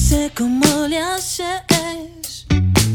sé cómo le haces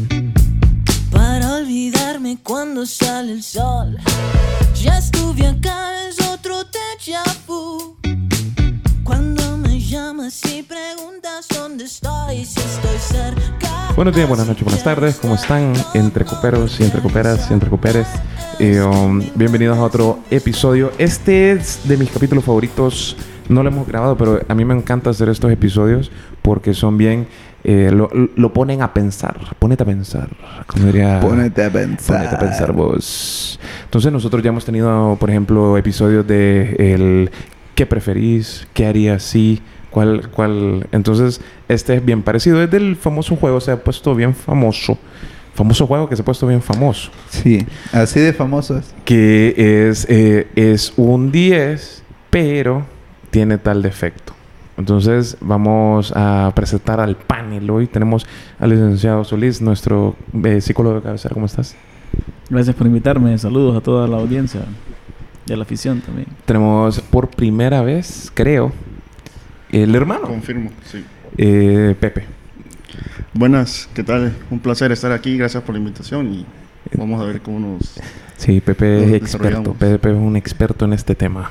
para olvidarme cuando sale el sol. Ya estuve acá, es otro déjà vu. Cuando me llamas y preguntas dónde estoy, si estoy cerca. Buenos días, buenas noches, buenas tardes. ¿Cómo están? Entre coperos y entre coperas y entre coperes. Bienvenidos a otro episodio. Este es de mis capítulos favoritos. No lo hemos grabado, pero a mí me encanta hacer estos episodios porque son bien... lo ponen a pensar. Ponete a pensar. Como diría... Ponete a pensar. Ponete a pensar vos. Entonces nosotros ya hemos tenido, por ejemplo, episodios de el... ¿Qué preferís? ¿Qué harías si? ¿Cuál? Entonces, este es bien parecido. Es del famoso juego. Se ha puesto bien famoso. Famoso juego que se ha puesto bien famoso. Sí, así de famoso es. Que es un 10, pero tiene tal defecto. Entonces, vamos a presentar al panel. Hoy tenemos al licenciado Solís, nuestro psicólogo de cabecera. ¿Cómo estás? Gracias por invitarme. Saludos a toda la audiencia y a la afición también. Tenemos por primera vez, creo, el hermano. Confirmo, sí. Pepe. Buenas, ¿qué tal? Un placer estar aquí. Gracias por la invitación y vamos a ver cómo nos... Sí, Pepe es experto. desarrollamos. Pepe es un experto en este tema.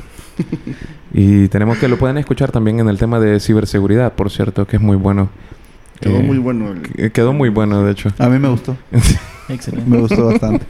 Y tenemos que lo pueden escuchar también en el tema de ciberseguridad, por cierto, que es muy bueno. Quedó muy bueno. Quedó muy bueno, de hecho. A mí me gustó. Excelente. Me gustó bastante.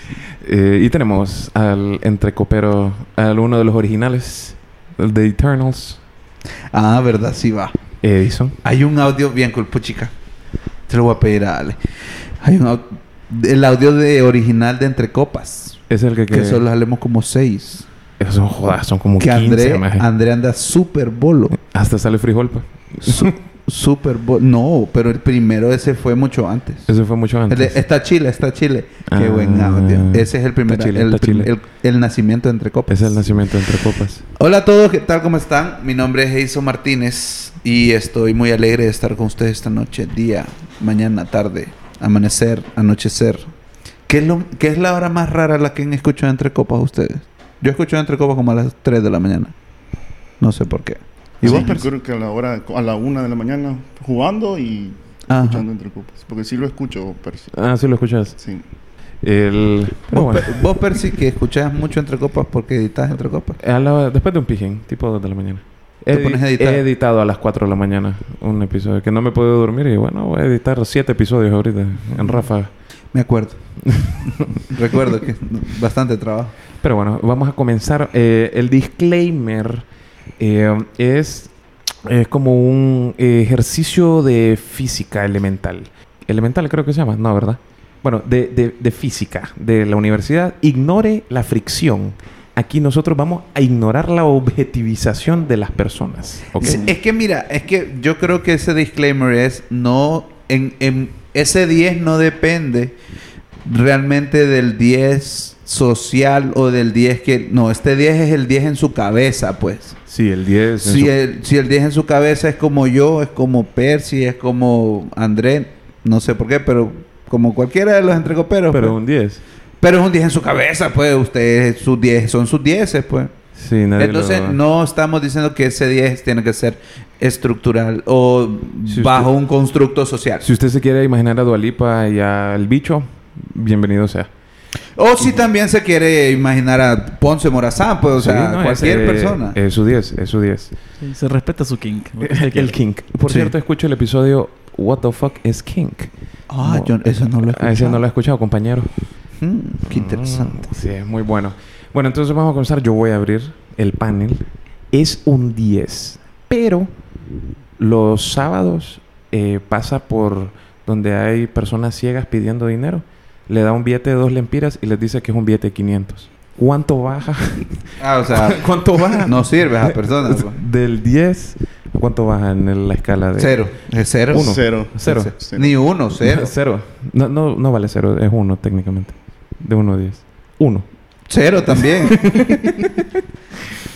Y tenemos al entrecopero, al uno de los originales, el de Eternals, Ah, verdad, sí va. Edison. Hay un audio bien cool, puchica. Te lo voy a pedir a Ale. Hay un el audio de original de Entre Copas. Es el que Que solo hablemos como 6. Esos son jodas, son como Que 15, maje. André anda súper bolo. Hasta sale frijol, pues. Súper bolo. No, pero el primero ese fue mucho antes. Eso fue mucho antes. Está Chile. Qué buen audio. Ese es el primer... Está Chile. El nacimiento de Entre Copas. Es el nacimiento de Entre Copas. Hola a todos, ¿qué tal? ¿Cómo están? Mi nombre es Eiso Martínez y estoy muy alegre de estar con ustedes esta noche, día, mañana, tarde, amanecer, anochecer. ¿Qué es la hora más rara la que han escuchado Entre Copas ustedes? Yo escucho Entre Copas como a las 3 de la mañana. No sé por qué. ¿Y ¿Y vos? vos? Yo creo que a la 1 de la mañana jugando y Ajá. escuchando Entre Copas. Porque sí lo escucho, Percy. Ah, sí lo escuchas. Sí. Pero bueno. Vos, Percy, que escuchás mucho Entre Copas porque editas Entre Copas. Después de un pijín, tipo 2 de la mañana. ¿Te pones a editar? He editado a las 4 de la mañana un episodio que no me puedo dormir y bueno, voy a editar 7 episodios ahorita en ráfaga. Me acuerdo. Recuerdo que es bastante trabajo. Pero bueno, vamos a comenzar. El disclaimer es como un ejercicio de física elemental. Elemental creo que se llama, ¿no? ¿Verdad? Bueno, de física de la universidad. Ignore la fricción. Aquí nosotros vamos a ignorar la objetivización de las personas. ¿Okay? Es que mira, es que yo creo que ese disclaimer es no... En ese 10 no depende realmente del 10 social o del 10 que... No, este 10 es el 10 en su cabeza, pues. Sí, el 10... Si el 10 en su cabeza es como yo, es como Percy, es como André, no sé por qué, pero como cualquiera de los entrecoperos. Pero pues. un 10. Pero es un 10 en su cabeza, pues. Ustedes, sus 10 son sus 10, pues. Sí, nadie Entonces, no estamos diciendo que ese 10 tiene que ser estructural o Si bajo usted- un constructo social. Si usted se quiere imaginar a Dua Lipa y al bicho, bienvenido sea. O si también se quiere imaginar a Ponce Morazán, pues, o Sí, sea, no, cualquier es, persona. Es su 10, es su 10. Sí, se respeta su kink. El kink. Por Sí. cierto, escucho el episodio What the fuck is kink. Ah, yo eso no lo he escuchado. Ese no lo he escuchado, compañero. Qué interesante. Sí, es muy bueno. Bueno, entonces vamos a comenzar. Yo voy a abrir el panel. Es un 10. Pero los sábados pasa por donde hay personas ciegas pidiendo dinero. Le da un billete de 2 lempiras y les dice que es un billete de 500. ¿Cuánto baja? Ah, o sea, ¿Cuánto baja? no sirve a personas. pues. Del 10, ¿a cuánto baja en la escala de...? 0. ¿Es 0? Uno. Cero. Cero. Cero. Ni 1, 0. Cero. No vale 0. Es 1 técnicamente. De 1 a 10. 1. 0 también.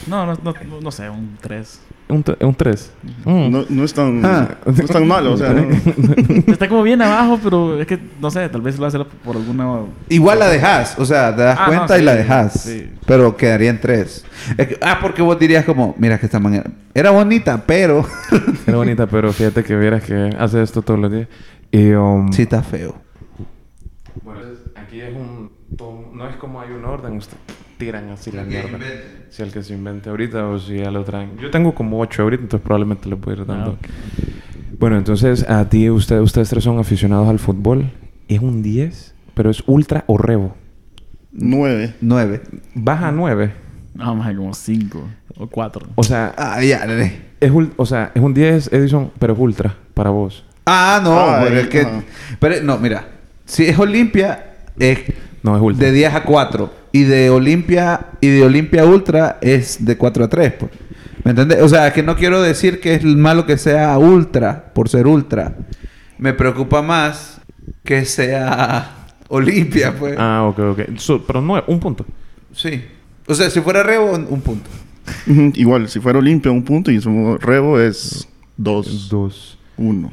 No sé, un 3. Un 3. No es tan, no es tan malo, o sea, no. Está como bien abajo, pero es que, no sé, tal vez lo hace por alguna... Igual la dejas, o sea, te das cuenta no, y la sí, dejas. sí. Pero quedaría en 3. Porque vos dirías como, mira que esta manera era bonita, pero Era bonita, pero fíjate que vieras que hace esto todos los días. Y, sí está feo. bueno, aquí es no es como hay un orden, usted tiran así la mierda. Si el que se invente ahorita o si ya lo traen. Yo tengo como 8 ahorita, entonces probablemente le puedo ir dando. ok. Bueno, entonces a ti, ustedes tres son aficionados al fútbol. ¿Es un 10? ¿Pero es ultra o revo? 9. 9. Baja a 9. No, más como 5 o 4. O sea, Ya. es un 10, Edison, pero es ultra para vos. No, pero Ay, es que... ajá. Pero no, mira. Si es Olimpia, es No, es ultra. de 10 a 4. Y de Olimpia Ultra es de 4 a 3, pues. ¿Me entiendes? O sea, que no quiero decir que es malo que sea ultra por ser ultra. Me preocupa más que sea Olimpia, pues. Ok. Pero 9, un punto. Sí. O sea, si fuera Revo, un punto. Igual, si fuera Olimpia, un punto. Y su Revo es 2. 2. 1.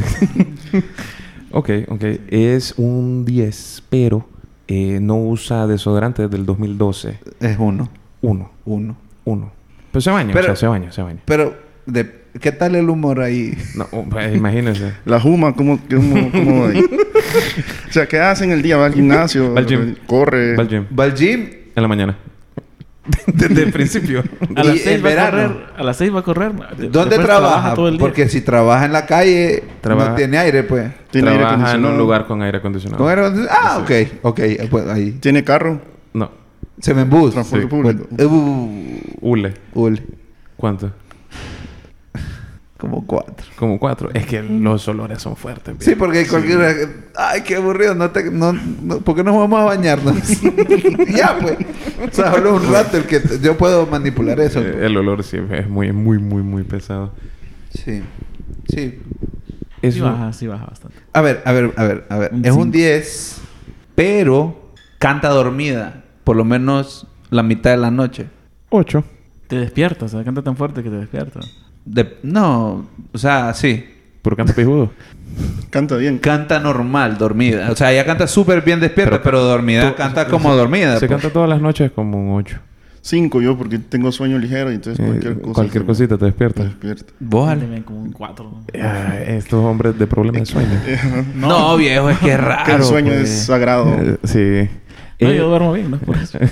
Ok. Es un 10, pero no usa desodorante desde el 2012. Es 1. 1. 1. Pero se baña, Pero- se baña. Pero, ¿qué tal el humor ahí? No, imagínese. La Juma, ¿cómo va ahí? O sea, ¿qué hace en el día? Va al gimnasio, Va al gym. corre. Va al gym. Va al gym. En la mañana. Desde el principio. A Y las 6 en va a verano. correr. A las 6 va a correr. ¿Dónde Después trabaja? todo el día. Porque si trabaja en la calle, Trabaja- no tiene aire, pues. Tiene aire Trabaja en acondicionado. un lugar con aire acondicionado. ¿Con aire? Ok. Pues ahí. Tiene carro. No. Se me bus. Transporte Sí. público. Hule. Ule. ¿Cuánto? Como 4. Como 4. Es que los olores son fuertes. Sí, porque cualquiera... Ay, qué aburrido. No, ¿por qué no vamos a bañarnos? Ya, pues. O sea, solo un rato el que... Yo puedo manipular eso. El olor sí es muy pesado. Sí. Sí. Sí baja bastante. A ver. Un Es un 5. 10, pero canta dormida. Por lo menos la mitad de la noche. 8. Te despiertas. O sea, canta tan fuerte que te despiertas. No, o sea, sí. Pero canta pijudo. Canta bien. Canta normal, dormida. O sea, ella canta súper bien despierta, pero dormida canta como dormida. Se pues. canta todas las noches como un 8. 5 yo porque tengo sueño ligero y entonces cualquier cosa. Cosita te me despierta. despierta. Vos, Ale. También como un 4. Estos hombres de problemas de sueño. No, viejo, es que es raro. Que el sueño pues. es sagrado. Sí. No, yo duermo bien, ¿no? Por eso.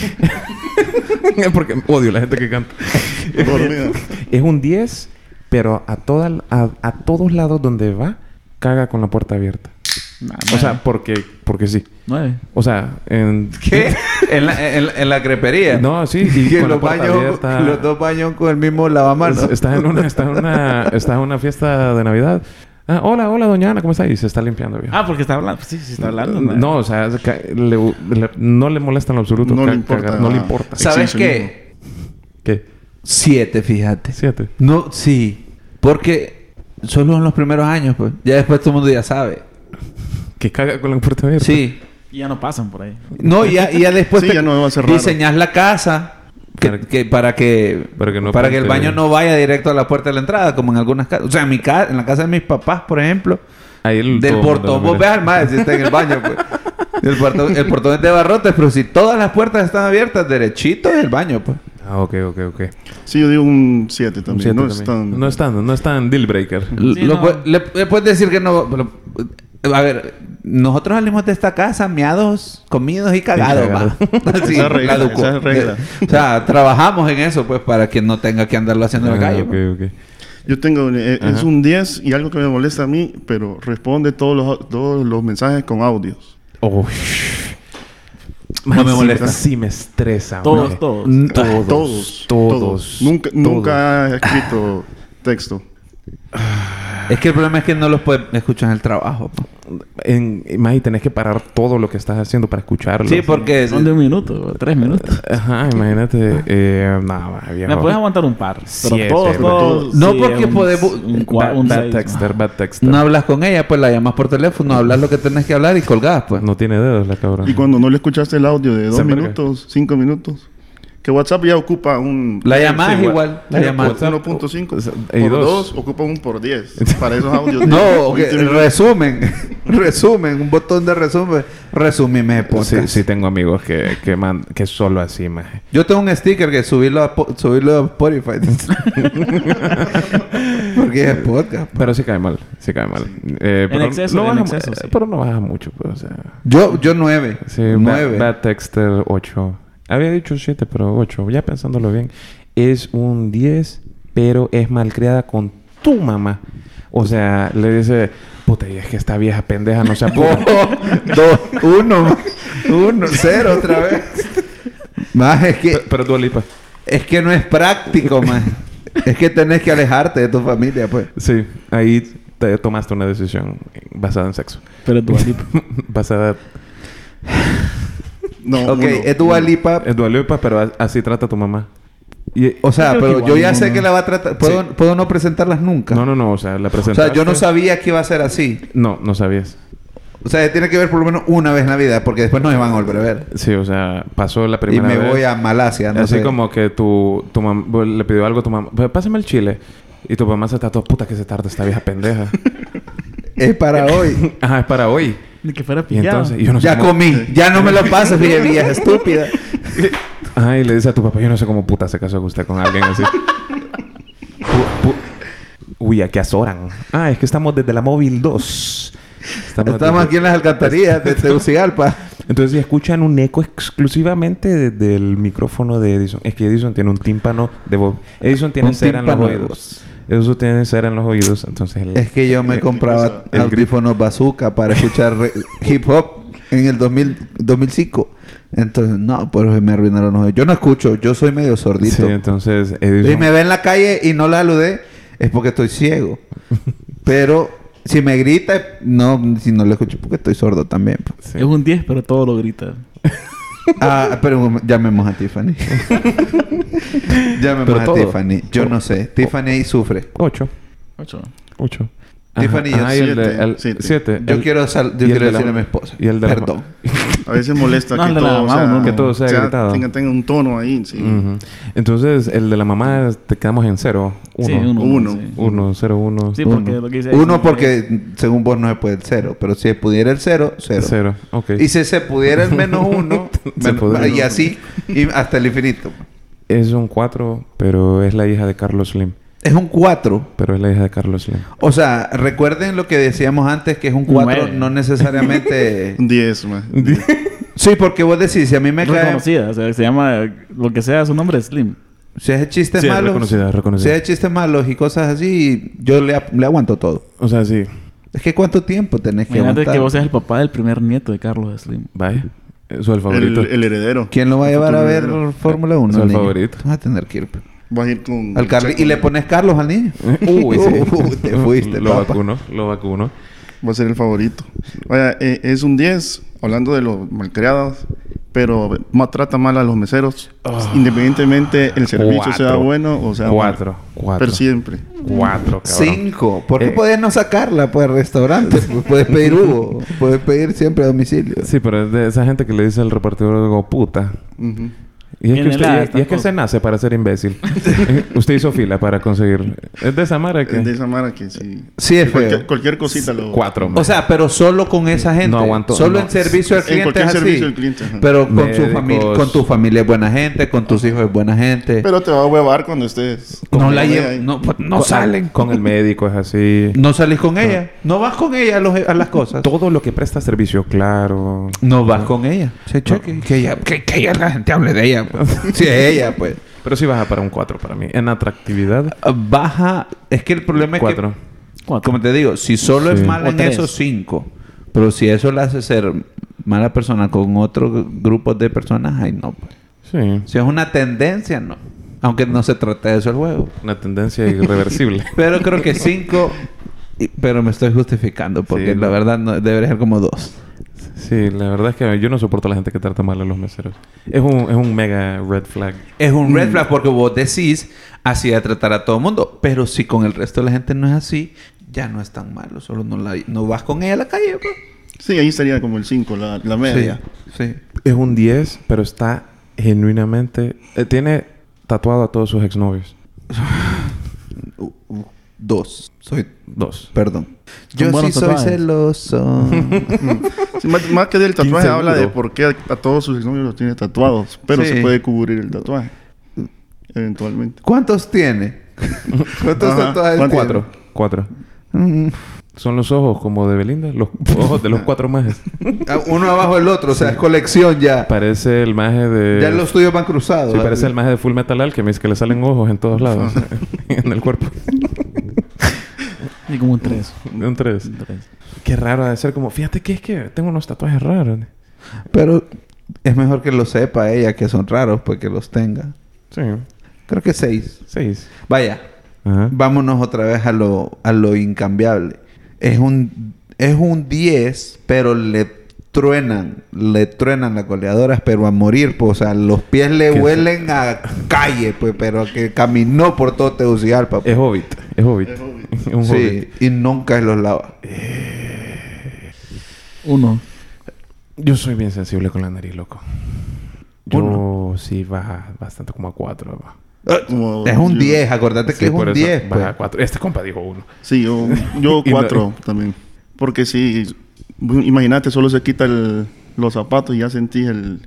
Porque odio la gente que canta. Dormida. Es un 10, pero a todos lados donde va, caga con la puerta abierta. O sea, porque sí. 9. O sea, ¿Qué? en la crepería. No, sí. Y Que con la los puerta baños, abierta. los dos baños con el mismo lavamanos. Estás en una fiesta de Navidad. Hola, doña Ana, ¿cómo está? Y se está limpiando, viejo. Porque está hablando. Sí, está hablando. No, o sea, no le molesta en lo absoluto. No le importa. cagar, no le importa. ¿Sabes Exhibicionismo. qué? ¿Qué? 7, fíjate. 7. No, sí. Porque solo en los primeros años, pues. Ya después todo el mundo ya sabe. Que caga con la puerta abierta. Sí. Y ya no pasan por ahí. No, y ya después Sí, ya no va a ser raro. diseñas la casa para que el baño no vaya directo a la puerta de la entrada, como en algunas casas. O sea, en la casa de mis papás, por ejemplo, Ahí del portón, vos ves al madre si está en el baño, pues. El portón es de barrotes, pero si todas las puertas están abiertas, derechito es el baño, pues. Ok. Sí, yo digo un 7 Un también. 7 también. No es tan deal breaker. Sí, no. Le puedes decir que no. A ver, nosotros salimos de esta casa miados, comidos y cagados, cagados. va. Así, Esa es regla, la educo. esa es regla. O sea, trabajamos en eso, pues, para que no tenga que andarlo haciendo en la calle. pues. Ok. Yo tengo... es Ajá. un 10 y algo que me molesta a mí, pero responde todos los mensajes con audios. Oh. No me molesta. Sí me estresa. Todos, hombre. todos. Todos. Nunca he escrito texto. Es que el problema es que no los puedes escuchar en el trabajo. pues. Imagínate, tenés que parar todo lo que estás haciendo para escucharlo. Sí, porque... Son de 1 minuto, 3 minutos. Ajá, imagínate. Nada, viejo. Me puedes aguantar un par. Pero Siete, todos. No, sí, porque un- podemos- Un Bad 6. texter, bad texter. No hablas con ella, pues la llamas por teléfono, hablas lo que tenés que hablar y colgás, pues. No tiene dedos la cabrón. Y cuando no le escuchaste el audio de 2 Se enverga. minutos, 5 minutos, Que WhatsApp ya ocupa un... La llamada es Sí, igual. La sí, llamada. WhatsApp, 1.5 y por dos. 2 ocupa un por 10. Para esos audios. No, de que 20 minutos. resumen, un botón de resumen. Resúmeme podcast. Sí, sí tengo amigos que solo así, maje. Yo tengo un sticker que subirlo a Spotify. Porque es podcast. Pero sí cae mal. Pero exceso, no en baja, exceso, sí. Pero no baja mucho, pues, o sea... Yo 9. Sí, 9. Bad Texter 8. Había dicho 7, pero 8. Ya pensándolo bien. Es un 10, pero es malcriada con tu mamá. O sea, le dice... Puta, y es que esta vieja pendeja no se apura. 2, 1, 0 otra vez. Más Pero Dua Lipa. es que no es práctico, más. Es que tenés que alejarte de tu familia, pues. Sí, ahí te tomaste una decisión basada en sexo. Pero Dua Lipa. Basada... No, Ok, uno. es Dua Lipa. Es Dua Lipa, pero así trata a tu mamá. Y... O sea, Yo creo pero que yo igual ya sé que la va a tratar. ¿Puedo no presentarlas nunca? No. O sea, la O presentaste. sea, yo no sabía que iba a ser así. No sabías. O sea, tiene que ver por lo menos una vez en la vida, porque después no se van a volver a ver. Sí, o sea, pasó la Y primera me vez. voy a Malasia, no Así sé. como que tu mamá le pidió algo a tu mamá. Pues, pásame el chile. Y tu mamá se está todo puta que se tarda esta vieja pendeja. Es para hoy. Ajá, es para hoy. Ni que fuera Y pillado. entonces, yo no sé Ya cómo... comí. Ya no me lo pases, vieja estúpida. Ajá, y le dice a tu papá, yo no sé cómo puta se casó usted con alguien así. Uy, aquí azoran. Ah, es que estamos desde la móvil 2. Estamos aquí en las alcantarillas de Tegucigalpa. Entonces, si escuchan un eco exclusivamente del micrófono de Edison. Es que Edison tiene un tímpano de voz. Edison tiene Un cera en los tímpano de oídos. Edison tiene cera en los oídos. Entonces, Es que yo me compraba el audífonos bazooka para escuchar hip hop en el 2005. Entonces, no, pues me arruinaron los oídos. Yo no escucho, yo soy medio Sí, sordito. entonces Si Edison... me ve en la calle y no la saludé, es porque estoy ciego. Pero si me grita, no, si no lo escucho, porque estoy sordo también. Pues. Sí. Es un 10, pero todo lo grita. Pero llamemos a Tiffany. Llamemos Pero a todo. Tiffany. Yo no sé. Tiffany ahí sufre. 8. 8. Tiffany, yo y el de... siete. el- Siete. 7. Yo quiero decirle a mi esposa. Y el de la- Perdón. A veces molesta No, que el de la todo, mamá, no, que todo sea gritado. tenga un tono ahí, sí. Ujú. Entonces, el de la mamá te quedamos en 0. 1. Sí, uno. Uno. Sí. 1, 0, 1. Sí, porque Uno. lo que dice ahí Uno sí, porque según vos no se puede el 0. Pero si pudiera el 0, 0. 0. Ok. Y si se pudiera el menos 1, Se podría. y así, y hasta el infinito. Es un 4, pero es la hija de Carlos Slim. Es un 4. Pero es la hija de Carlos Slim. O sea, recuerden lo que decíamos antes, que es un 4, Nueve. no necesariamente... Un 10, man. Sí, porque vos decís, si a mí me cae... reconocida. O sea, se llama... Lo que sea, su nombre es Slim. Si es chistes Sí, es malos... reconocida. Si es chistes malos y cosas así, yo le aguanto todo. O sea, sí. Es que ¿cuánto tiempo tenés que Imagínate aguantar? que vos seas el papá del primer nieto de Carlos Slim. Vaya. Eso es el favorito. El heredero. ¿Quién lo va a llevar a ver Fórmula 1? Soy el niño? favorito. Vas a tener que ir. Pues. Vas a ir con... Al Carly. Y le pones Carlos al niño. Uy, sí. Te fuiste, Lo papá. vacuno. Va a ser el favorito. Vaya, es un 10, hablando de los malcriados, pero trata mal a los meseros. Independientemente el servicio sea Cuatro. bueno o sea 4. malo. Pero siempre. 4, cabrón. 5. ¿Por qué Eh. podés no sacarla? Pues al restaurante. Pues, puedes pedir Hugo. Puedes pedir siempre a domicilio. Sí, pero es de esa gente que le dice al repartidor algo puta. Ujú. Y es, Viene que usted, la- y es que se nace para ser imbécil. Usted hizo fila para conseguir. Es de esa mara que... Es de esa mara que sí. Sí, es feo. Cualquier cosita lo... 4. O sea, pero solo con esa gente. No aguanto, Solo no. en servicio al En cliente cualquier es así. servicio al cliente, ajá. Pero con Médicos. con tu familia es buena gente, con tus hijos es buena gente. Pero te va a huevar cuando estés... no la ahí. llevan, no salen. Con el médico es así. No salís con ella. No vas con ella a las cosas. Todo lo que presta servicio, claro. No vas con ella. Se cheque. Que ella la gente hable de ella. Pues. Sí, es ella, pues. Pero sí baja para un 4 para mí. En atractividad, Baja. Es que el problema es 4. que, como te digo, si solo es Sí. mala O en tres. eso, 5. Pero si eso la hace ser mala persona con otro grupo de personas, ay, no. Pues. Sí. Si es una tendencia, no. Aunque no se trata de eso el juego. Una tendencia irreversible. Pero creo que 5. Pero me estoy justificando porque Sí, la no. verdad no, debería ser como 2. Sí, la verdad es que yo no soporto a la gente que trata mal a los meseros. Es un mega red flag. Es un red flag porque vos decís así de tratar a todo el mundo. Pero si con el resto de la gente no es así, ya no es tan malo. Solo no vas con ella a la calle, pues. Sí, ahí estaría como el 5, la media. Sí. Es un 10, pero está genuinamente... tiene tatuado a todos sus exnovios. 2. Soy... 2. Perdón. Son Yo sí buenos soy tatuajes. celoso. Sí, más que del tatuaje 15 habla de euros. por qué a todos sus exnovios los tiene tatuados. Pero Sí. se puede cubrir el tatuaje. Eventualmente. ¿Cuántos tiene? ¿Cuántos Ajá. tatuajes ¿Cuántos? tiene? 4. Mm. Son los ojos como de Belinda. Los ojos de los 4 majes. Uno abajo del otro. O sea, es colección ya. Parece el maje de... Ya los tuyos van cruzados. Sí, parece el maje de Full Metal Alchemist que le salen ojos en todos lados. En el cuerpo. Y como un 3. Un 3. Qué raro ha de ser como... Fíjate que es que tengo unos tatuajes raros. Pero es mejor que lo sepa ella que son raros, pues que los tenga. Sí. Creo que 6. 6. Vaya. Ajá. Vámonos otra vez a lo incambiable. Es un 10, pero le truenan las goleadoras, pero a morir, pues, o sea, los pies le ¿Qué? huelen a calle, pues, pero que caminó por todo Tegucigalpa. Pues. Es hobbit. Es hobbit. Un hobbit. Sí, y nunca los lava. 1. Yo soy bien sensible con la nariz, loco. Yo sí baja bastante como a 4. Como Es un yo- 10, acordate que es por un eso 10, pues. baja a 4. Este compa dijo 1. Sí, yo Y no- 4 también. Porque sí, imagínate, solo se quita los zapatos y ya sentís en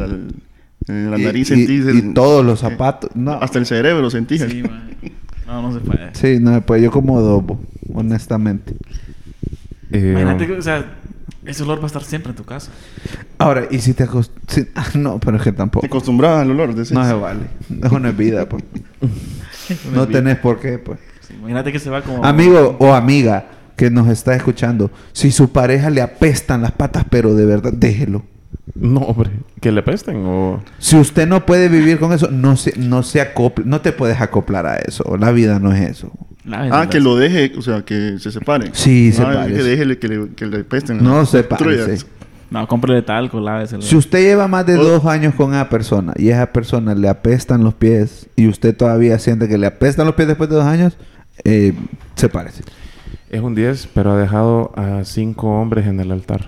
la nariz sentís y todos los zapatos. No. hasta el cerebro sentís. Sí, man. No se puede. Sí, no, pues yo como dobo, honestamente. Imagínate que, o sea, ese olor va a estar siempre en tu casa. Ahora, y si te no, pero es que tampoco. Te acostumbras al olor de ese. No se vale. Eso no es vida, pues. No tenés por qué, pues. Sí, imagínate que se va como... Amigo o amiga que nos está escuchando, si su pareja le apestan las patas, pero de verdad, déjelo. No, hombre. ¿Que le apesten o...? Si usted no puede vivir con eso, no se acople. No te puedes acoplar a eso. La vida no es eso. Que lo deje, o sea, que se separe. Sí, Ah, sepárese. que déjele que le pesten. No las se patrullas. parece. No, cómprele talco, láveselo. Si usted lleva más de 2 años con esa persona y esa persona le apestan los pies y usted todavía siente que le apestan los pies después de 2 años, sepárese. Es un 10, pero ha dejado a 5 hombres en el altar.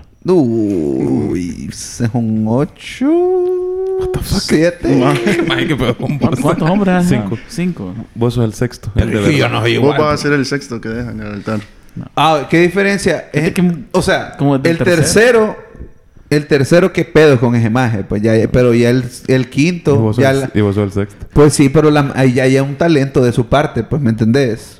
Uy, es un 8. What the fuck? 7. Ay, ¿qué pedo con vos? ¿Cuántos hombres has dejado? 5. 5. Vos sos el sexto. El de verdad. no soy Vos vas a ser el sexto que dejan en el altar. Ah, ¿qué diferencia? Es que- o sea, como del el tercero, ¿qué pedo con ese maje? Pues ya, pero ya el Y quinto, vos ya sos, y vos sos el sexto. pues sí, pero ahí ya hay un talento de su parte, pues, ¿me entendés?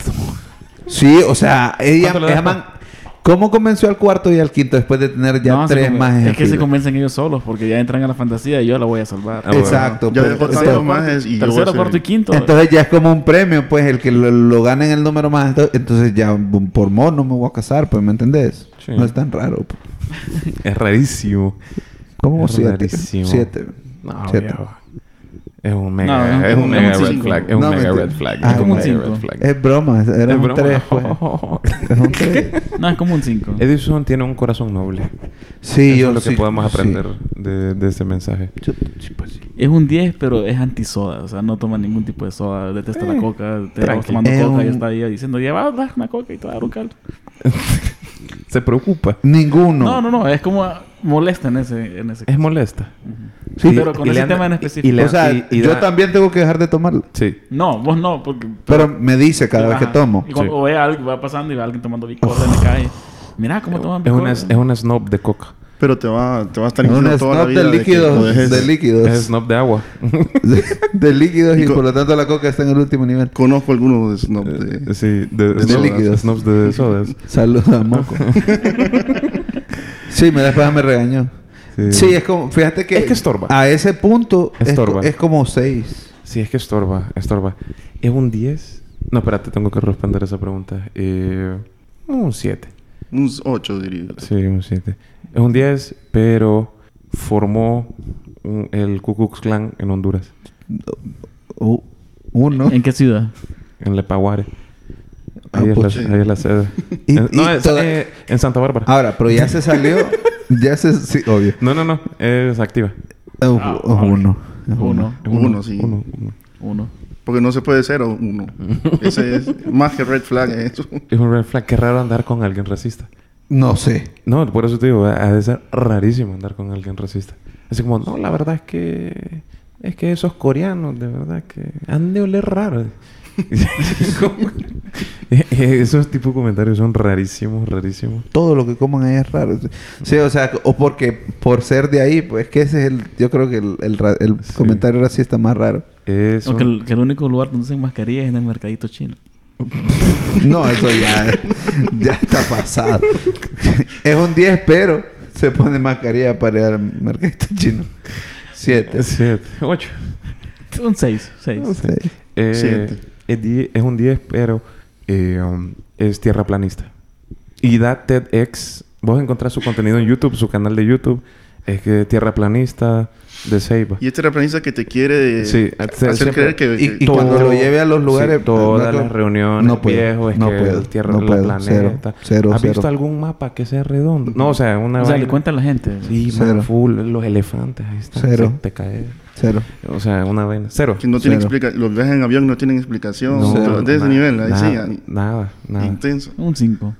Sí, o sea, ¿Cuánto le das, man, ¿cómo convenció al cuarto y al quinto después de tener ya No, 3 majes? Es en que se fila? convencen ellos solos porque ya entran a la fantasía y yo la voy a salvar. Ah, bueno. Exacto. Ya pues, dejó entonces- tantos majes y yo voy a Tercero, ser cuarto y el- quinto. entonces ya es como un premio, pues, el que lo gane en el número más alto. Entonces ya por mono me voy a casar, pues, ¿me entendés? Sí. No es tan raro. Pues. Es rarísimo. ¿Cómo Es 7? rarísimo. 7. No, 7. viejo. Es un No, mega... es es un un mega red cinco. flag. Es un No, mega mentira. red flag. Ah, Es como un un mega cinco. red flag. Es broma, era Es un broma. 3, pues. Es un 3. No, es como un 5. Edison tiene un corazón noble. Sí, Eso yo es lo que sí, podemos sí. aprender de ese mensaje. Sí, pues sí. Es un 10, pero es anti-soda. O sea, no toma ningún tipo de soda. Detesta la coca. Te vas tranqui. tomando Es coca y un- está ahí diciendo, ya va a dar una coca y te va a dar un caldo. Se preocupa. Ninguno. No. Es como molesta en ese Es molesta. Sí, pero con y le ese anda- tema en y específico. le- o sea, y yo da- también tengo que dejar de tomarlo. Sí. No, vos no, porque... Pero me dice cada vez que Ajá. tomo. Y cuando Sí. ve a alguien, va pasando y ve a alguien tomando bicola en la calle. Mira cómo toman Es bicola. una snob de coca. Pero te va a estar Un diciendo toda la snob vida de que líquidos. lo dejes. De líquidos. Es snob de agua. de líquidos y Y por lo tanto la coca está en el último nivel. Conozco algunos de Snob de... Sí, de sodas, líquidos. Snobs de sodas. Saludos a Moco. Sí, después me regañó. Sí, es como, fíjate que... Es que estorba. A ese punto Estorba. es como 6. Sí, es que estorba. ¿Es un 10? No, espérate, tengo que responder esa pregunta. Un 7. Un 8 diría. Sí, un 7. Es un 10, pero formó el Ku Klux Klan en Honduras. 1. ¿En qué ciudad? En Lepaguare. Ah, Ahí, pues es sí. ahí es la sede. Y- No, y es toda- en Santa Bárbara. Ahora, pero ya se salió. Sí, obvio. No. Es activa. Uno. Uno. Uno, sí. Uno. Porque no se puede ser 1. Ese es más que red flag eso. Es un red flag. Qué raro andar con alguien racista. No sé. No, por eso te digo, ha de ser rarísimo andar con alguien racista. Así como, no, la verdad es que... Es que esos coreanos, de verdad, que han de oler raro. Esos tipos de comentarios son rarísimos, rarísimos. Todo lo que coman ahí es raro. Sí, o sea, o porque por ser de ahí, pues que ese es yo creo que el Sí. comentario racista más raro. Es O que el único lugar donde usan mascarillas es en el mercadito chino. No, eso ya está pasado. Es un 10, pero se pone mascarilla para ir al mercadito chino. 7. 7, 8. Un 6. 6. Siete. Es un 10, pero es tierraplanista. Y da TEDx. Vos encontrás su contenido en YouTube, su canal de YouTube. Es que tierraplanista de Ceiba. Y este terraplanista que te quiere Sí, hacer siempre- creer que... Y cuando lo lleve a los lugares... Sí, todas no, las reuniones, no puedo, viejo, es no que puedo, el tierra no del puedo, planeta. cero, ¿Has visto cero. algún mapa que sea redondo? No, o sea, una O sea, le vaina- cuenta a la gente. Sí, Cero. man, full. Los elefantes, ahí están. Cero. Te cae. 0. O sea, una vaina. Cero. Que no tiene Cero. explicación. Los viajes en avión no tienen explicación. No, Pero de ese nivel, ahí nada, sí. Nada. Intenso. Un 5.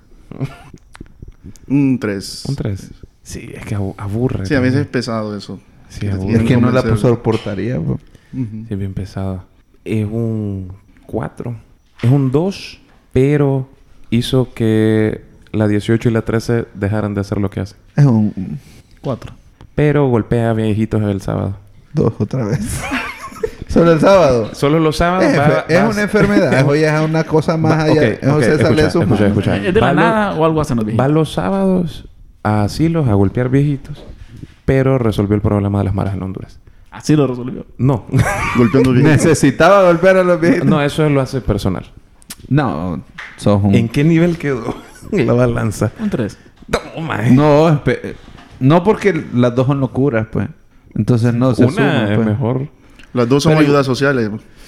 Un 3. Un 3. Sí, es que aburre. Sí, a veces es también. pesado eso. Sí, que te aburre. Es que no la convencer. soportaría. Pues. Ujú. Sí, bien pesado. Es un 4. Es un 2, pero hizo que la 18 y la 13 dejaran de hacer lo que hacen. Es un 4. Pero golpea a viejitos el sábado. 2 otra vez. Solo el sábado. Solo los sábados Es una enfermedad. Eso ya es una cosa más allá. Eso se sale de sus manos. escucha. ¿Es de la nada o algo hacen los Va viejitos? los sábados a asilos a golpear viejitos, pero resolvió el problema de las maras en Honduras. Así lo resolvió. No. Golpeando bien. Necesitaba golpear a los viejitos. No, eso lo hace personal. No, sos un... ¿En qué nivel quedó la balanza? Un 3. No, mae. No, no porque las dos son locuras, pues. Entonces no se Una suman, es pues. mejor. Las dos son Pero- ayudas sociales.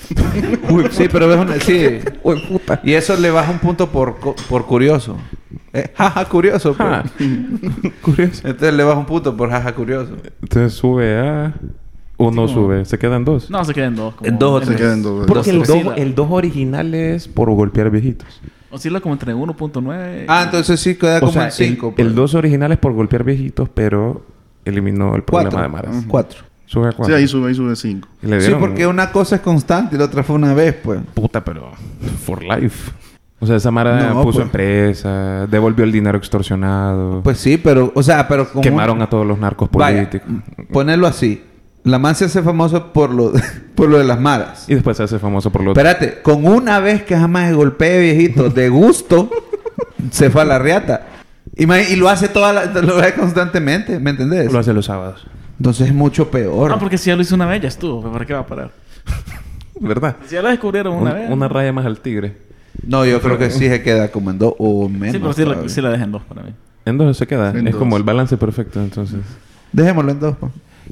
Uy, sí, pero es una... Sí. Uy, puta. Y eso le baja un punto por curioso. Jaja, curioso, pues. Ah, curioso. Entonces le baja un punto por jaja, curioso. Entonces sube a... O no sube. Se quedan 2. No, se quedan 2. En 2 o Se 3. quedan dos. Porque Oscila. el 2 original es por golpear viejitos. Oscila como entre 1.9. Ah, entonces sí queda O como sea, en 5. el 2 original es por golpear viejitos, pero eliminó el problema de maras. 4. Sube a Sí, 4. ahí sube 5. Y le Sí, dieron- porque una cosa es constante y la otra fue una vez, pues. Puta, pero... For life. O sea, esa mara No, puso pues. empresa, devolvió el dinero extorsionado, Pues sí, pero... O sea, pero como... quemaron a todos los narcos Vaya, políticos. ponerlo así. La man se hace famoso por lo, por lo de las maras. Y después se hace famoso por lo... Espérate, con una vez que jamás se golpee viejito de gusto, se fue a la riata. Y lo hace lo hace constantemente, ¿me entendés? Lo hace los sábados. Entonces es mucho peor. Ah, porque si ya lo hizo una vez, ya estuvo. ¿Para qué va a parar? ¿Verdad? Si ya la descubrieron una vez. Una raya más al tigre. No, yo creo que sí se queda como en 2 o menos. Sí, pero sí todavía. la dejan 2 para mí. En 2 se queda. En Es dos. como el balance perfecto, entonces. Dejémoslo en 2.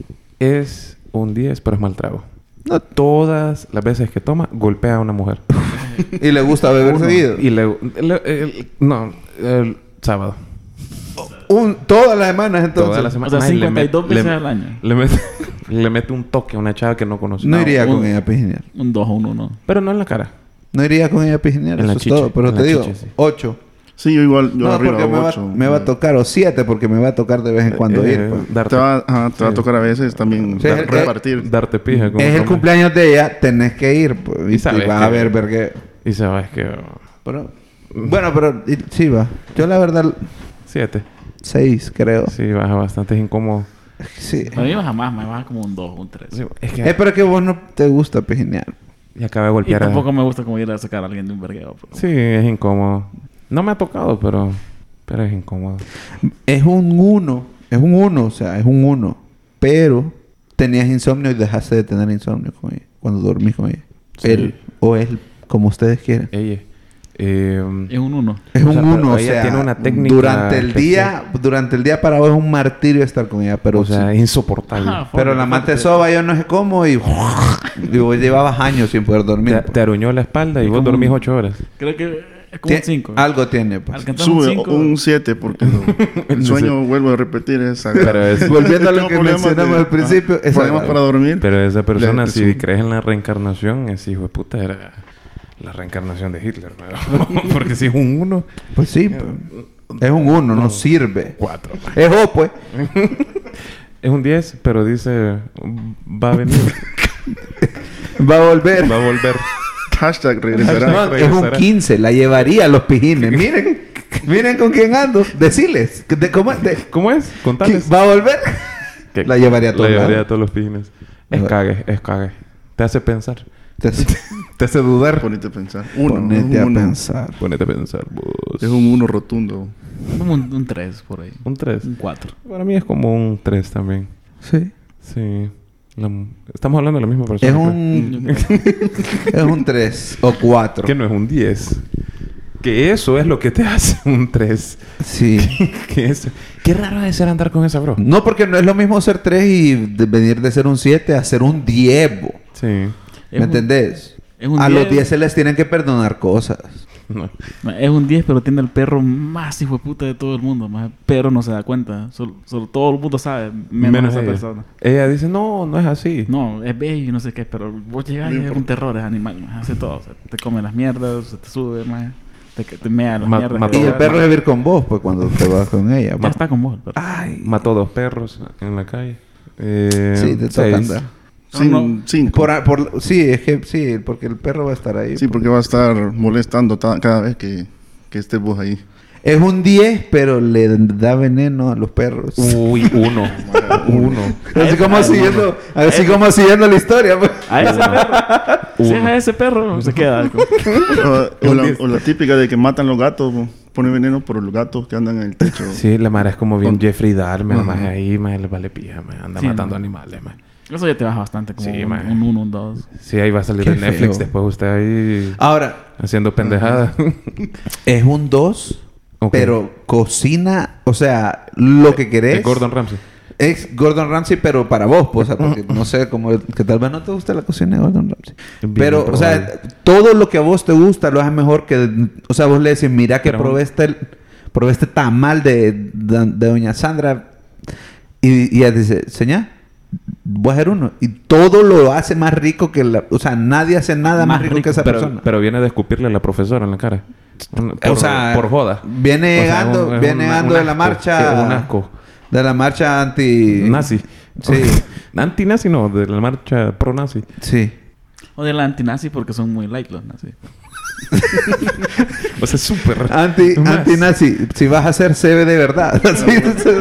Es un 10, pero es mal trago. No. Todas las veces que toma, golpea a una mujer. Y le gusta beber seguido. Y no, el sábado. Todas las semanas entonces. Todas las O semanas. sea, Ay, 52 veces al año. Le mete un toque a una chava que no conoce. No iría un- con ella a pijinear. Un 2 o un 1. Pero no en la cara. No iría con ella a pijinear. En la Eso es chicha. todo. Pero En te la digo, chicha, sí. 8. Sí, yo igual. Yo No, arriba, porque me va a 8. tocar. O 7, porque me va a tocar de vez en cuando ir. Pues. Darte, Te va a tocar a veces también Sí, repartir. darte pija. como Es el hombre. cumpleaños de ella, tenés que ir. Pues, Y y sabes vas a que- ver vergueo. Y sabes que... Pero, bueno, pero sí va. Yo la verdad, 7. 6 creo. Sí, baja bastante. Es incómodo. Sí. Para mí baja más, me baja como un 2 o un 3. Sí, es que... Pero que vos no te gusta pijinear. Y acaba de Y golpear a... tampoco me gusta como ir a sacar a alguien de un vergueo. Pero... Sí, es incómodo. No me ha tocado, pero es incómodo. Es un 1. Es un 1, o sea, es un 1. Pero tenías insomnio y dejaste de tener insomnio con ella. Cuando dormís con ella. Sí. Él o él, como ustedes quieran. Ella. Es un 1. Es O un sea, 1, pero o ella sea, tiene una técnica durante el día para vos es un martirio estar con ella, pero o sea, sí. es insoportable. Ajá. Pero la man te soba, yo no sé cómo, y vos llevabas años sin poder dormir. Te aruñó la espalda y vos como dormís un- 8 horas. Creo que es como un 5. Algo tiene, pues. Alcanzar un Sube 5. un 7 porque el sueño, vuelvo a repetir, es sagrado. Pero es- Volviendo a lo Tengo que problemas mencionamos al principio, es problemas sagrado. para dormir. Pero esa persona, Le- si sí. crees en la reencarnación, ese hijo de puta era la reencarnación de Hitler, ¿no? Porque si es un 1... Pues sí, pues. Es un 1, no sirve. 4. Es O, pues. Es un 10, pero dice... Va a venir. Va a volver. Va a volver. Hashtag regresará. No, es un 15. La llevaría a los pijines. Miren con quién ando. Deciles. ¿Cómo es? Contales. ¿Va a volver? Que La llevaría a todos La llevaría lados. a todos los pijines. Es cague. Te hace pensar. Entonces, Te hace dudar. Ponete a pensar. Uno. ponete a un uno. pensar. Ponete a pensar, vos. Es un 1 rotundo. Como un 3 por ahí. Un 3. Un 4. Para mí es como un 3 también. Sí. Sí. Estamos hablando de la misma persona. Es pues. un... es un 3 o 4. Que no es un 10. Que eso es lo que te hace un 3. Sí. Qué raro es ser andar con esa, bro. No, porque no es lo mismo ser 3 y venir de ser un 7 a ser un 10, bo. Sí. ¿Me entendés? es un A los 10. 10 se les tienen que perdonar cosas. No. Es un 10, pero tiene el perro más hijo de puta de todo el mundo. Más pero no se da cuenta. Solo todo el mundo sabe, menos esa ella. persona. Ella dice, no es así. No, es bello y no sé qué, pero vos llegas y es un terror, es animal, más, hace todo. O sea, te come las mierdas, se te sube, más, te mea las mierdas. mató. Y el Todo. perro es vivir con vos, pues, cuando te vas con ella. Ya está con vos, el perro. Ay. Mató 2 perros en la calle. Sí, te toca 6. andar. Sin 5. Sí, es que sí, porque el perro va a estar ahí. Sí, porque va a estar molestando cada vez que estés vos ahí. Es un 10, pero le da veneno a los perros. Uy, 1. 1. Así como siguiendo la historia. Pues. A ese perro. Si es a ese perro, se queda algo. O la típica de que matan los gatos, pone veneno por los gatos que andan en el techo. Sí, la mara es como bien Jeffrey Dahmer, más ahí, más le vale pija, más anda Sí, matando man. animales, más. Eso ya te baja bastante, como Sí, un man. 1, un 2. Sí, ahí va a salir Qué en Netflix, feo. después usted ahí Ahora, haciendo pendejadas. es un 2, Ok. pero cocina, o sea, lo que querés. Es Gordon Ramsay. Es Gordon Ramsay, pero para vos, pues, o sea, porque no sé, como que tal vez no te guste la cocina de Gordon Ramsay. Bien Pero, o sea, probable. todo lo que a vos te gusta lo hace mejor que... O sea, vos le decís, mira que Pero- probé este tamal de Doña Sandra. Y ella dice, señor, voy a hacer uno. Y todo lo hace más rico que la... O sea, nadie hace nada más, rico que esa persona. Pero viene a escupirle a la profesora en la cara. O sea, por joda. Viene O sea, llegando, es viene un llegando de la asco. marcha... Sí, es un asco. De la marcha anti... Nazi. Sí. Anti-nazi no, de la marcha pro-nazi. Sí. O de la antinazi porque son muy light los nazis. O sea, súper... más. Anti-nazi. Si vas a hacer CB de verdad. Así,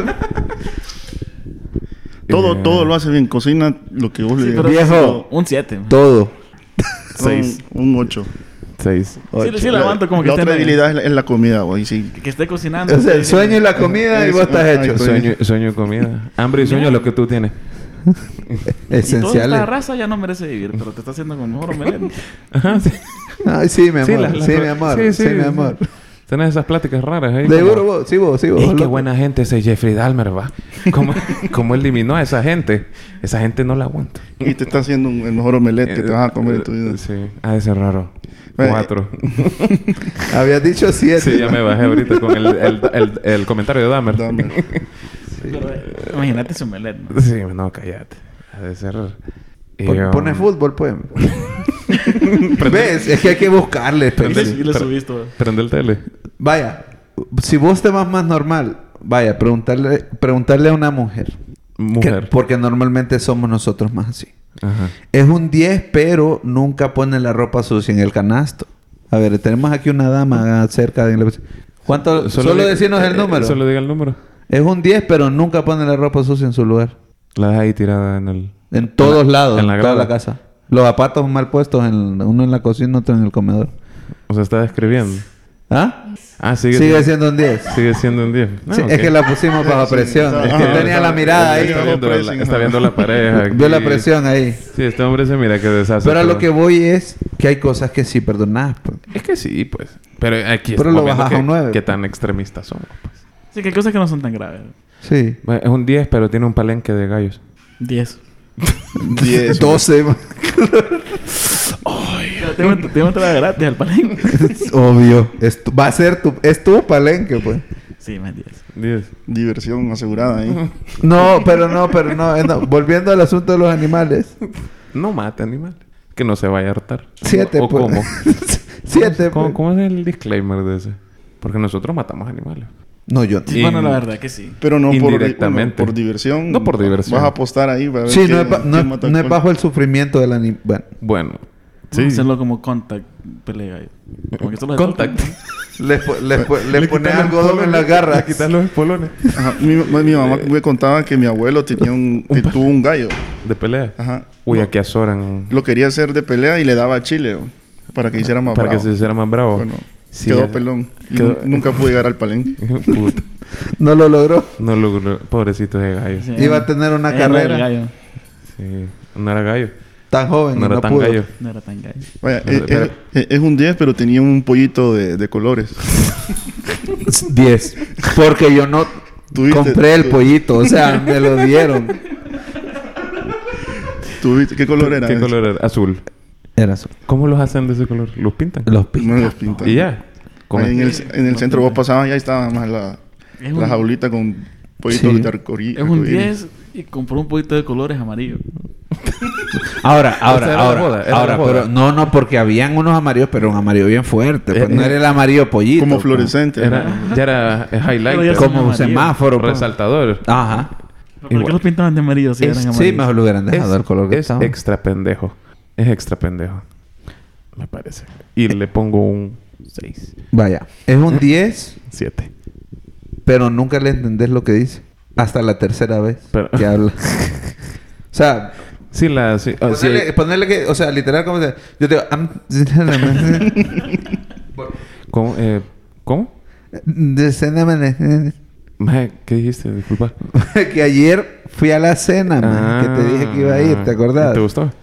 Todo lo hace bien. Cocina lo que vos le pero Viejo. un 7. todo. 6. Un 8. 6. Sí, la aguanto como que La esté otra en- debilidad es la comida, güey. Sí. que esté cocinando. O sea, el sueño y la comida y vos estás Ay, hecho. estoy- Sueño y comida. Hambre y sueño es lo que tú tienes. Y toda esta Esenciales. raza ya no merece vivir, pero te está haciendo con mejor omelette. Ajá, sí. Ay, sí, mi amor. Sí, Sí, mi amor. Sí, mi amor. Tenés esas pláticas raras ahí. Seguro vos. Sí, vos. Ey, qué loco. buena gente ese Jeffrey Dahmer, va. ¿Cómo eliminó a esa gente? Esa gente no la aguanta. Y te está haciendo el mejor omelette que te vas a comer en tu vida. Sí, ha de ser raro. 4. Habías dicho 7. Sí, ya me bajé ahorita con el comentario de Dahmer. Dame. Pero, imagínate ese omelette, ¿no? Sí, no, cállate. Ha de ser... Pone fútbol, pues. ¿Ves? Es que hay que buscarle. Y Spencer. lo subiste, ¿no? Prende el tele. Vaya. Si vos te vas más normal, vaya, preguntarle a una mujer. Mujer. Porque normalmente somos nosotros más así. Ajá. Es un 10, pero nunca pone la ropa sucia en el canasto. A ver, tenemos aquí una dama cerca de... ¿Cuánto? Solo decirnos el número. Solo diga el número. Es un 10, pero nunca pone la ropa sucia en su lugar. La deja ahí tirada en el... En todos lados, en la en toda grada. la casa. Los zapatos mal puestos, uno en la cocina, otro en el comedor. O sea, está describiendo. ¿Ah? Ah, Sigue siendo un 10. Sigue siendo un 10. No, Sí, ok. es que la pusimos bajo presión. Es que Ajá. tenía la mirada ahí. Está viendo la pareja. Vio la aquí. presión ahí. Sí, este hombre se mira que deshace. Pero a lo todo. que voy es que hay cosas que sí perdonás. Pues. Es que sí, pues. Pero aquí Pero estamos lo viendo bajas a un 9. qué tan extremistas somos, pues. Sí, que hay cosas que no son tan graves. Sí. Bueno, es un 10, pero tiene un palenque de gallos. 10. 10. 12. Tengo entrada gratis al palenque. Obvio. Va a ser es tu palenque, pues. Sí, más 10. 10. Diversión asegurada ahí. No. Volviendo al asunto de los animales. No mate animales. Que no se vaya a hartar. 7, ¿O pues. cómo? 7, ¿Cómo, pues. cómo es el disclaimer de ese? Porque nosotros matamos animales. No, yo no. Sí, bueno, la verdad que sí. Pero no Indirectamente. por diversión. No por diversión. Vas a apostar ahí para ver Sí, quién- no quién mata al es cual. bajo el sufrimiento del anime. Bueno, Bueno. Sí. Sí. Hacerlo como contact pelea. Como que solo de Contact. le pones algodón en las garras. Quitar los espolones. Ajá. Mi mamá me contaba que mi abuelo tenía que tuvo un gallo. De pelea. Ajá. Uy, aquí azoran. Lo quería hacer de pelea y le daba a chile, güey, para que hiciera más Para que bravo. se hiciera más bravo. Bueno, Sí, quedó ya. pelón. Y Quedó- nunca pude llegar al palenque. Puta. No lo logró. No logró. Pobrecito de gallo. Sí. Iba a tener una No carrera. era gallo. Sí. No era gallo. Tan joven. No y era tan pudo. gallo. No era tan gallo. Vaya, Pero- es un 10, pero tenía un pollito de colores. 10. Porque yo no Tuviste- compré el pollito. O sea, me lo dieron. ¿Qué color era? ¿Qué ese? color era? Azul. Era azul. ¿Cómo los hacen de ese color? ¿Los pintan? Los No pintan. los pintan. Y ya. Con Ahí en el centro vos pasabas y ahí estaba más la Es un- jaulita con pollitos Sí. de arcoíris. Es un 10 y compró un poquito de colores amarillos. Ahora, Esa era la boda, era la boda. pero no, porque habían unos amarillos, pero un amarillo bien fuerte. Pues no era el amarillo pollito. Como pues. fluorescente. ya era highlighter. Pero ya Como amarillo. semáforo. pues. Resaltador. Ajá. ¿Por qué Igual. los pintaban de amarillo si eran amarillos? Sí, mejor lo hubieran dejado el color que es estaba. extra pendejo. Es extra pendejo. Me parece. Y le pongo un 6. Vaya, es un 10, 7. pero nunca le entendés lo que dice. Hasta la tercera vez Pero- que habla. O sea, Sí, sí, ponerle que... O sea, literal, como se... Yo te digo... ¿Cómo? ¿Cómo? Maje, ¿qué dijiste? Disculpa. que ayer fui a la cena, man, que te dije que iba a ir, ¿te acordás? ¿Te gustó?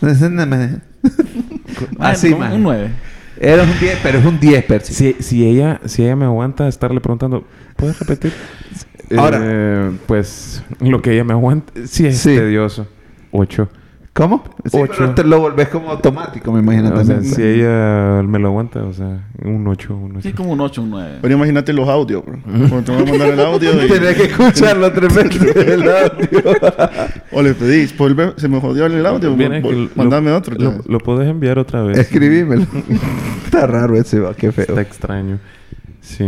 Así, como man. un 9. Era un 10, pero es un 10, Percy. Si ella me aguanta estarle preguntando, ¿puedes repetir? Ahora. Pues lo que ella me aguanta, sí es Sí. tedioso. 8. ¿Cómo? Sí, 8. pero te lo volvés como automático, me imagino O sea, también. si ella me lo aguanta, o sea, un 8, un 8. Sí, como un 8, un 9. Pero imagínate los audios, bro. Cuando te van a mandar el audio y... Tenés que escucharlo 3 veces el audio. O le pedís, se me jodió el audio. Viene que Mándame otro. Lo puedes enviar otra vez. Escribímelo. Está raro ese, va. Qué feo. Está extraño. Sí.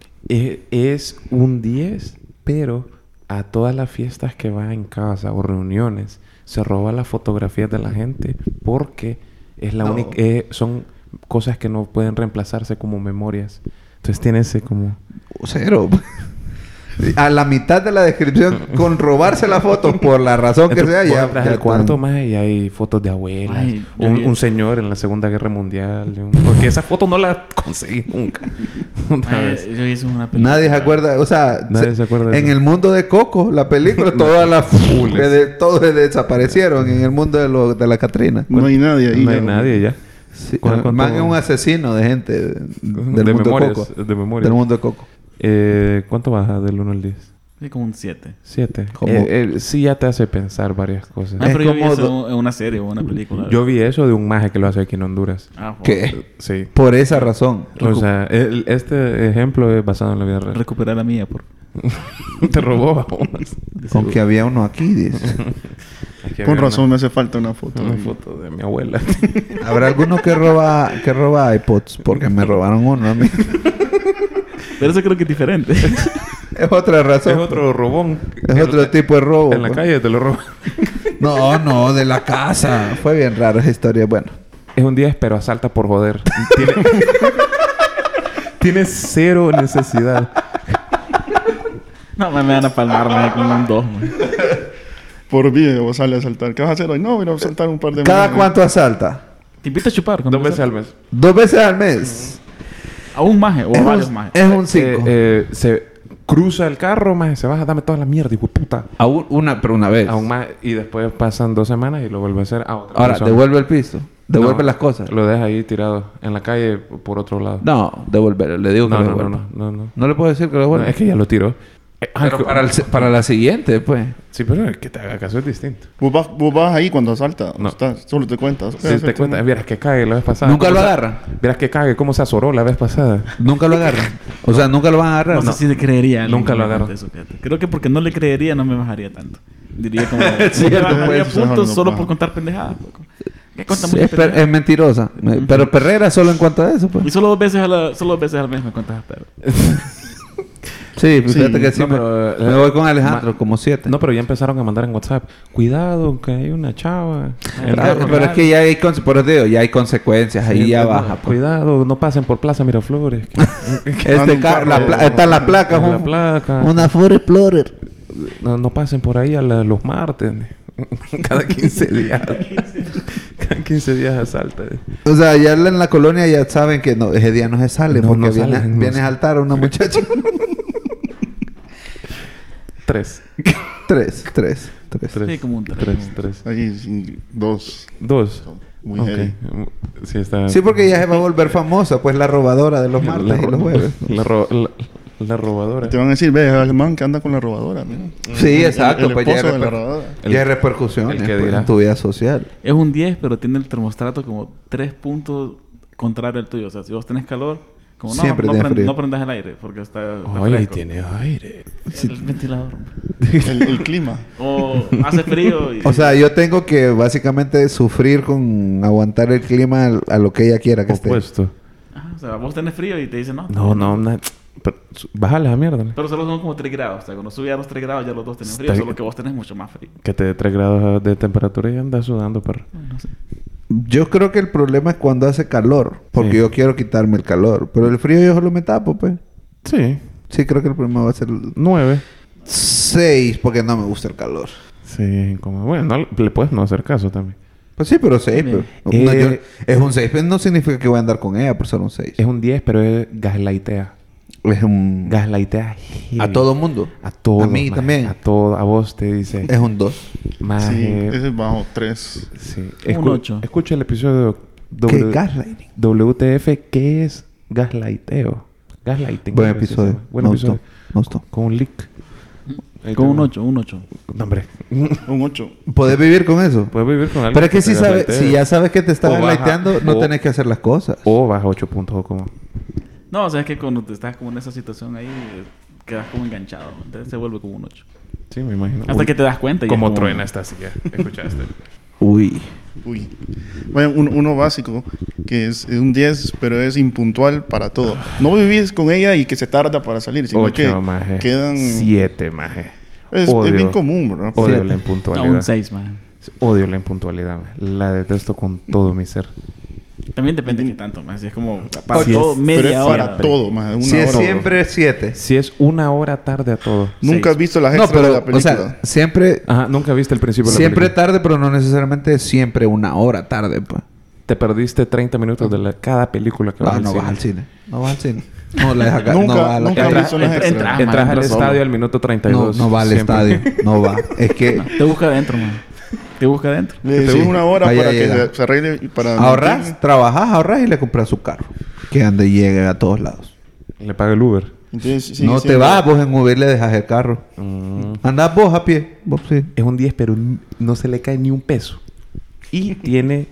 Es un 10, pero a todas las fiestas que va en casa o reuniones, se roba las fotografías de la gente porque es la única... son cosas que no pueden reemplazarse como memorias. Entonces tiene ese como... 0. A la mitad de la descripción, con robarse la foto por la razón que sea, ya. Entras ya al cuarto están. más y hay fotos de abuelas. Ay, yo vi- un señor en la Segunda Guerra Mundial. Porque esa foto no la conseguí nunca. Otra vez. Yo hice una película. Nadie se acuerda, o sea, Nadie se acuerda de en eso. el mundo de Coco, la película, todas las todos desaparecieron en el mundo de la Catrina. No hay nadie ahí. No hay ya, nadie ya. Sí, ¿Cuánto- Man es un asesino de gente del de mundo memorias. de Coco. De memorias. Del mundo de Coco. ¿Cuánto baja del 1 al 10? Sí, como un 7. 7. Como- Sí ya te hace pensar varias cosas. Ah, Es pero yo vi como eso en una serie o una película. Yo vi eso de un maje que lo hace aquí en Honduras. Ah, ¿Qué? Sí. Por esa razón. O sea, este ejemplo es basado en la vida real. Recuperar la mía, por... Te robó, vamos. Aunque había uno aquí, dice. Aquí Con había razón me hace falta una foto. Una foto de mi abuela. Habrá alguno que roba iPods, porque me robaron uno a mí. Pero eso creo que es diferente. Es otra razón. Es otro robón. Es otro tipo de robo. En la pues. calle te lo roban. No, de la casa. Fue bien raro esa historia. Bueno. Es un 10, pero asalta por joder. Tiene cero necesidad. No, me van a palmar, man, con un 2, man. Por video sale a saltar. ¿Qué vas a hacer hoy? No, voy a saltar un par de ¿Cada veces. cuánto asalta? Te invito a chupar. 2 veces al mes. 2 veces al mes. A un maje o a varios majes. Es un 5. Se cruza el carro, maje. Se baja, dame toda la mierda, hijo de puta. Pero una vez. A un maje. Y después pasan 2 semanas y lo vuelve a hacer a otra Ahora, persona. devuelve el piso. Devuelve No, las cosas. Lo deja ahí tirado. En la calle, por otro lado. No, devolverlo. Le digo que No, lo no, devuelva. no. No le puedo decir que lo No, devuelva. es que ya lo tiró. Pero para la siguiente, pues. Sí, pero el que te haga caso es distinto. Vos vas ahí cuando asalta. No. Solo te cuentas. Si te cuenta, vieras que cague la vez pasada. Nunca ¿Cómo lo se- agarran. Vieras que cague, cómo se azoró la vez pasada. Nunca lo agarran. O sea, nunca lo van a agarrar. No sé si le creería. a alguien Nunca que lo me agarro. cuente eso, fíjate. Creo que porque no le creería no me bajaría tanto. Diría como... Sí, no me no bajaría puedes, puntos mejor no solo baja. por contar pendejadas. Loco. ¿Qué cuenta Sí, muchas pendejadas? es mentirosa. Pero Perrera solo en cuanto a eso, pues. Y solo 2 veces al mes me cuentas pero. Sí, Sí, fíjate que sí. No, pero, me voy con Alejandro, como 7. No, pero ya empezaron a mandar en WhatsApp. Cuidado, que hay una chava. Pero es que ya hay, por eso digo, ya hay consecuencias. Ahí ya baja. Pues. Cuidado, no pasen por Plaza Miraflores. Está la placa. La placa. Una Ford Explorer. No pasen por ahí a los martes. Cada 15 días. Cada 15 días asalta. O sea, ya en la colonia ya saben que no, ese día no se sale. No, porque no salen, viene a saltar a una muchacha. 3. 3. Sí, como un 3. 3. Ahí 2. 2. Muy Ok. heavy. Sí, está... Sí, porque ella se va a volver famosa, pues la robadora de los martes y los jueves. La robadora. Te van a decir, ve, el man que anda con la robadora. Mira. Sí, exacto. El Pues ya esposo hay, de la robadora. ya hay repercusiones el que pues, dirá. en tu vida social. Es un 10, pero tiene el termostato como 3 puntos contrario al tuyo. O sea, si vos tenés calor, como Siempre tiene frío. no prendas el aire porque está Oye, fresco. tiene aire. El ventilador. El clima. O hace frío y... O sea, yo tengo que básicamente sufrir con aguantar el clima a lo que ella quiera que esté. Opuesto. Ajá, o sea, vos tenés frío y te dicen no. Pero, bájale la mierda. Pero solo son como 3 grados. O sea, cuando sube a los 3 grados ya los dos tienen frío. Está- Solo que vos tenés mucho más frío. Que te dé 3 grados de temperatura y andas sudando, perro. No sé. Yo creo que el problema es cuando hace calor. Porque Sí. yo quiero quitarme el calor. Pero el frío yo solo me tapo, pues. Sí. Sí, creo que el problema va a ser 9. 6, porque no me gusta el calor. Sí, como... Bueno, le puedes no hacer caso también. Pues sí, pero 6. Bien. Es un 6, pero no significa que voy a andar con ella por ser un 6. Es un 10, pero es gaslightea. Es un... Gaslightea heavy. A todo mundo. A todo. A mí también. A todo. A vos te dice... Es un 2. Maje, Sí, ese es bajo 3. sí. Un 8. Escucha el episodio ¿Qué gaslighting? WTF. ¿Qué es gaslighteo? Gaslighting. Buen creo que se episodio. llama. Buen Me episodio. gustó. Con un leak. Ahí Con un tengo. 8, un 8. No, hombre. Un 8. ¿Puedes vivir con eso? Puedes vivir con algo. Pero es que te si, sabes, gaslightee. si ya sabes que te está O baja- gaslighteando, no o- tenés que hacer las cosas. O baja 8 puntos o como... No, o sea, es que cuando te estás como en esa situación ahí, quedas como enganchado. Entonces se vuelve como un 8. Sí, me imagino. Hasta Uy, que te das cuenta. y como es como- truena esta silla. ¿Escuchaste? Uy. Uy. Bueno, uno básico, que es un 10, pero es impuntual para todo. No vivís con ella y que se tarda para salir, sino 8, que maje. quedan... 7, maje. Es bien común, ¿verdad? Odio Siete. la No, impuntualidad. un 6, man. Odio la impuntualidad, man. La detesto con todo mi ser. También depende de qué tanto, man. Si es como para Sí, todo, es- Pero es media para hora. todo, más una Si es hora. siempre 7. Si es 1 hora tarde a todo. Nunca has visto las No, extras de la pero, o película. sea, siempre... Ajá, nunca viste el principio de la Siempre película. tarde, pero no necesariamente siempre 1 hora tarde, pues. Te perdiste 30 minutos de cada película que vas Ah, al no cine. vas al cine. No vas al cine. No la dejas acá. Nunca- no vas a la nunca calle. he visto las extras. Entras, Entras man, al entras solo. estadio al minuto 32. No va al siempre. estadio. No va. Es que... Te busca adentro, man. Te busca adentro. Le decís Sí. una hora Allá para que llega. se arregle y para... Ahorras, trabajas, ahorras y le compras su carro. Que ande y llegue a todos lados. Le paga el Uber. Entonces, sigue No te siendo- vas, vos en Uber le dejas el carro. Andás vos a pie. Vos sí. Es un 10, pero no se le cae ni un peso. Y tiene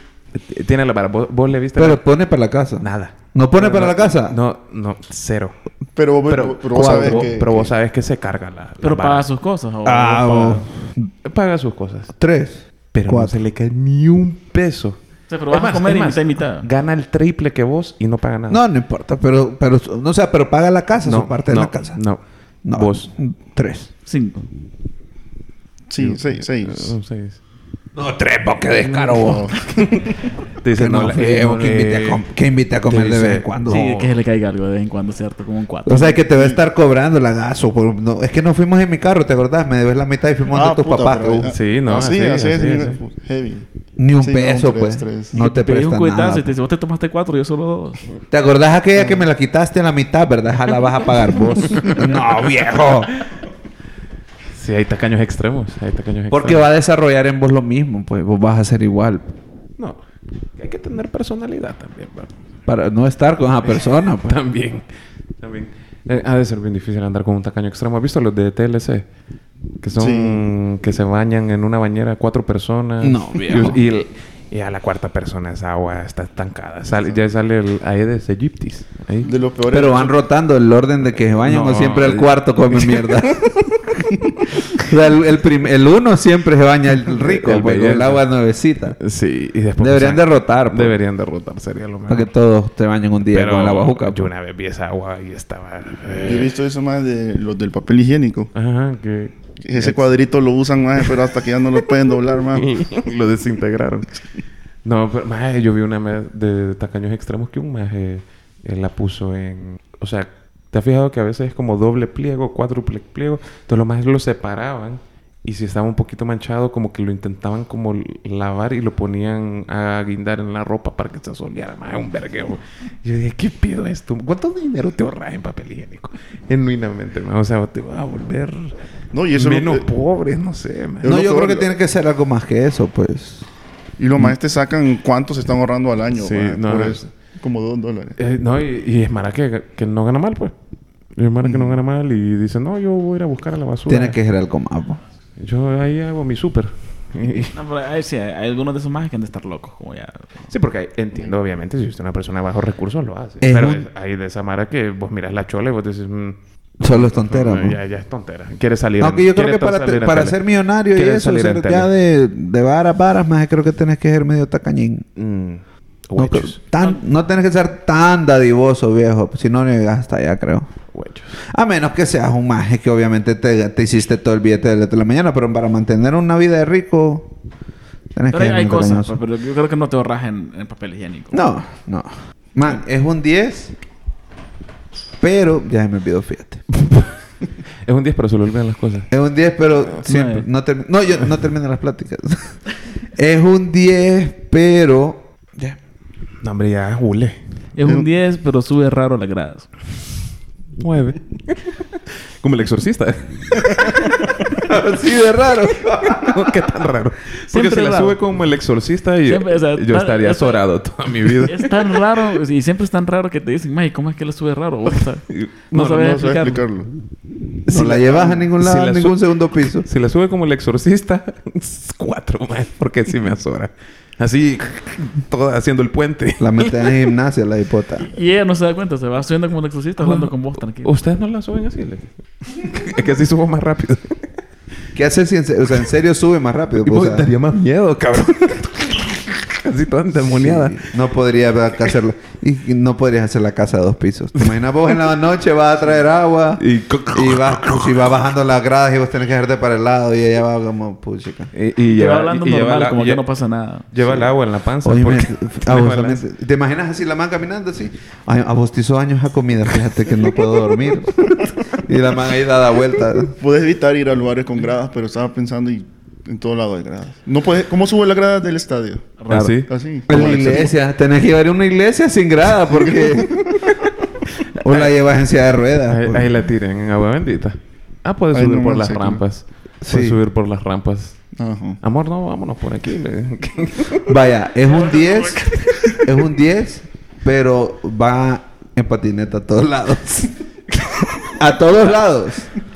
la vara. ¿Vos le viste? Pero pone para la casa. Nada. ¿No pone para la casa? No, 0. Pero vos Pero sabes que... pero vos sabes que se carga la Pero vara. paga sus cosas. O Ah, o vos. Paga sus cosas. 3. Pero no se le cae ni un peso. O sea, pero vas a comer y mitad y mitad. Gana el triple que vos y no paga nada. No, no importa. Pero, no, o sea, pero paga la casa, su parte de la casa. No. No. Vos. 3. 5. Sí, 6. Un 6. No, 3, porque descaro vos. Te dice, Que no, feo, que invite a comer de vez en cuando. Sí, que se le caiga algo de vez en cuando, ¿cierto? Como un 4. O sea, que te va a estar cobrando la gaso. No, es que no fuimos en mi carro, ¿te acordás? Me debes la mitad y fuimos de tus papás. Sí, no, Así así, es. así. Heavy. Ni un Sí, peso, no, pues. 3. No te pedí un prestan cuetazo nada. y te dice, vos te tomaste 4, yo solo 2. ¿Te acordás aquella que me la quitaste a la mitad, verdad? Ya la vas a pagar vos. No, viejo. Sí, hay tacaños extremos. Porque va a desarrollar en vos lo mismo, pues. Vos vas a ser igual. No. Hay que tener personalidad también, ¿verdad? Para no estar con esa persona, pues. También. Ha de ser bien difícil andar con un tacaño extremo. ¿Has visto los de TLC? Que son... Sí. Que se bañan en una bañera 4 personas. No, viejo. Y Y a la cuarta persona esa agua está estancada. Ya sale el Aedes aegyptis. Ahí. De los peores. Pero van rotando el orden de que se bañan No, o siempre el cuarto come mierda. O sea, el uno siempre se baña el rico, El porque belleza. el agua nuevecita. Sí, y después... Deberían de rotar, pues. Deberían de rotar, sería lo mejor. Para que todos se bañen un día Pero con el agua juca. yo pues. una vez vi esa agua y estaba... Yo he visto eso más de los del papel higiénico. Ajá, que... Ese cuadrito lo usan más, pero hasta que ya no lo pueden doblar más. lo desintegraron. No, pero maje, yo vi una de tacaños extremos que un maje la puso en... O sea, ¿te has fijado que a veces es como doble pliego, cuádruple pliego? Entonces los majes lo separaban y si estaba un poquito manchado como que lo intentaban como lavar y lo ponían a guindar en la ropa para que se soleara. Maje, un vergueo. Y yo dije, ¿qué pido esto? ¿Cuánto dinero te ahorras en papel higiénico? Genuinamente, maje. O sea, te va a volver... No, y eso menos es lo pobres, no sé. maje. No, lo yo peor, creo que lo- tiene que ser algo más que eso, pues. Y los maestros sacan cuánto se están ahorrando al año. Sí, ma, no, por no. eso. Como $2. No, y es Mara que no gana mal, pues. Y es Mara que no gana mal y dice, no, yo voy a ir a buscar a la basura. Tiene que ser algo más, pues. Yo ahí hago mi súper. No, pero hay algunos de esos más que han de estar locos, como ya... Sí, porque entiendo, obviamente, si usted es una persona de bajos recursos, lo hace. Es Pero un- hay de esa Mara que vos miras la chola y vos decís... Solo es tontera, ¿no? ya es tontera. Quiere salir Aunque yo creo quiere que para, salir en para tele. ser millonario y Quiere eso, salir en ser tele. ya de varas, más creo que tienes que ser medio tacañín. No, Huechos. no tienes que ser tan dadivoso, viejo. Si no, no llegas hasta allá, creo. Huechos. A menos que seas un maje que obviamente te hiciste todo el billete de la mañana. Pero para mantener una vida de rico, tienes Pero que hay, ser hay muy cosas, tacañoso. pues, pero yo creo que no te ahorras en papel higiénico. No. Man, es un 10. Pero ya se me olvidó, fíjate. Es un 10, pero se le olvidan las cosas. Es un 10, pero siempre... Nueve. Yo no termino las pláticas. Es un 10, pero... Ya. No, hombre, ya hule. Es un 10, pero sube raro las gradas. 9. Como el exorcista. Así de raro. ¿Qué tan raro? Porque Siempre si la raro. sube como el exorcista y Siempre, o sea, yo estaría eso- azorado toda mi vida. Es tan raro, y siempre es tan raro que te dicen, May, ¿cómo es que lo sube raro? Vos, o sea, no, No sabes sabes explicarlo. explicarlo. No la llevas a ningún lado, si a la ningún su- segundo piso. Si la sube como el exorcista, 4, man. Porque sí me azora. Así, toda haciendo el puente. La metes en el gimnasio, la hipota. Y ella no se da cuenta, se va subiendo como un exorcista hablando con vos tranquilo. ¿Ustedes no la suben así? Es que así subo más rápido. ¿Qué haces si en serio sube más rápido? Y Pues, vos o sea, daría más miedo, cabrón. Así toda endemoniada. sí, no podría hacerlo. Y no podrías hacer la casa de 2 pisos. ¿Te imaginas vos en la noche vas a traer agua y vas bajando las gradas y vos tenés que hacerte para el lado y ella va como puchica? Y Te lleva, va hablando y lleva normal, la- como lle- que no pasa nada. Lleva el agua en la panza. Oye, porque- abusamente. ¿Te imaginas así la man caminando así? Ay, a vos te hizo años a comida, fíjate que no puedo dormir. Y la man ahí da vuelta. Puedes evitar ir a lugares con gradas, pero estaba pensando y en todo lado hay gradas. No puedes, ¿cómo sube las gradas del estadio? Así. Así. En la iglesia. Tenés que llevar una iglesia sin grada porque... o la llevas en silla de ruedas. Ahí, ahí la tiran en agua bendita. Ah, puedes Ay, subir no por me las sé cómo. rampas. Sí. Puedes subir por las rampas. Ajá. Amor, no, vámonos por aquí. Vaya, es un 10. Es un 10, pero va en patineta a todos lados. A todos lados.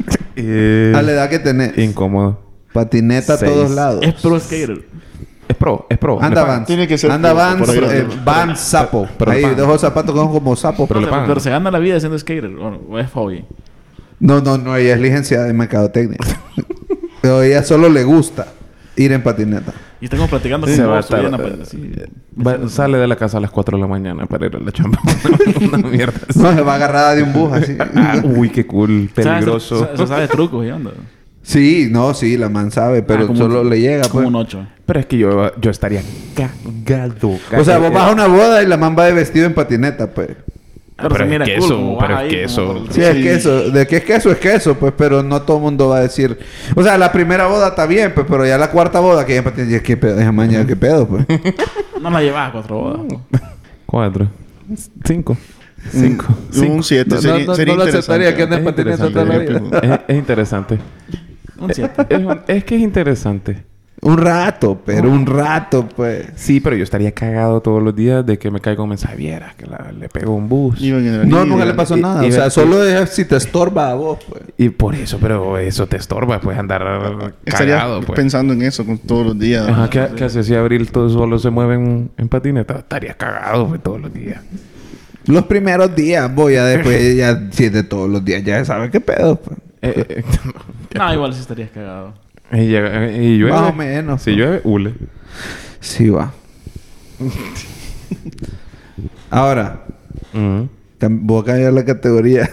A la edad que tenés. Incómodo. Patineta a 6. todos lados. Es pro skater. Es pro. Anda Le pagan. Vans. Tiene que ser Anda pro, Vans, por ahí. Vans sapo. pero le Ahí, pagan. dejo zapatos que son como sapos. Pero le pagan. Pero se gana la vida siendo skater. O es hobby. No, ella es licenciada en mercadotecnia. Pero ella solo le gusta ir en patineta. Y estamos platicando Se con va a vos, estar... subiendo, pues, así. sale de la casa a las 4 de la mañana para ir a la chamba. Una mierda. No, se va agarrada de un bus así. Ah, uy, qué cool. Peligroso. Se sabe trucos y onda. Sí, sí, la man sabe, pero como solo le llega. Como Pues. un 8. Pero es que yo estaría cagado. O sea, vos vas a una boda y la man va de vestido en patineta, pues. Pero, pero se es mira queso, cool, como pero vas es ahí, queso. como- Sí, es queso. De que es queso, pues. Pero no todo el mundo va a decir... O sea, la primera boda está bien, pues. Pero ya la cuarta boda que ya en patineta... ¿Qué pedo? Esa man ya, ¿qué pedo, pues? No la llevas a 4 bodas. 4. 5. Un 7. No, Sería, no sería lo aceptaría que interesante. ande en patineta toda la vida. Es interesante. Un 7. Es que es interesante. Un rato, pero un rato, pues. Sí, pero yo estaría cagado todos los días de que me caiga un mensaje. Vieras que le pego un bus. Iban en el No, anillo, nunca le pasó nada. y- O sea, solo es si te estorba a vos, pues. Y por eso, pero eso te estorba, pues, andar Estaría cagado, pues. pensando en eso todos los días. Ajá, ¿qué hace si Abril todo solo se mueve en patineta? Estaría cagado, pues, todos los días. Los primeros días, voy a después ya, si es de todos los días, ya sabes qué pedo, pues. No, igual sí estarías cagado. Y llueve. Más o menos, Si pues. llueve, hule. Sí, va. Ahora, voy a cambiar la categoría.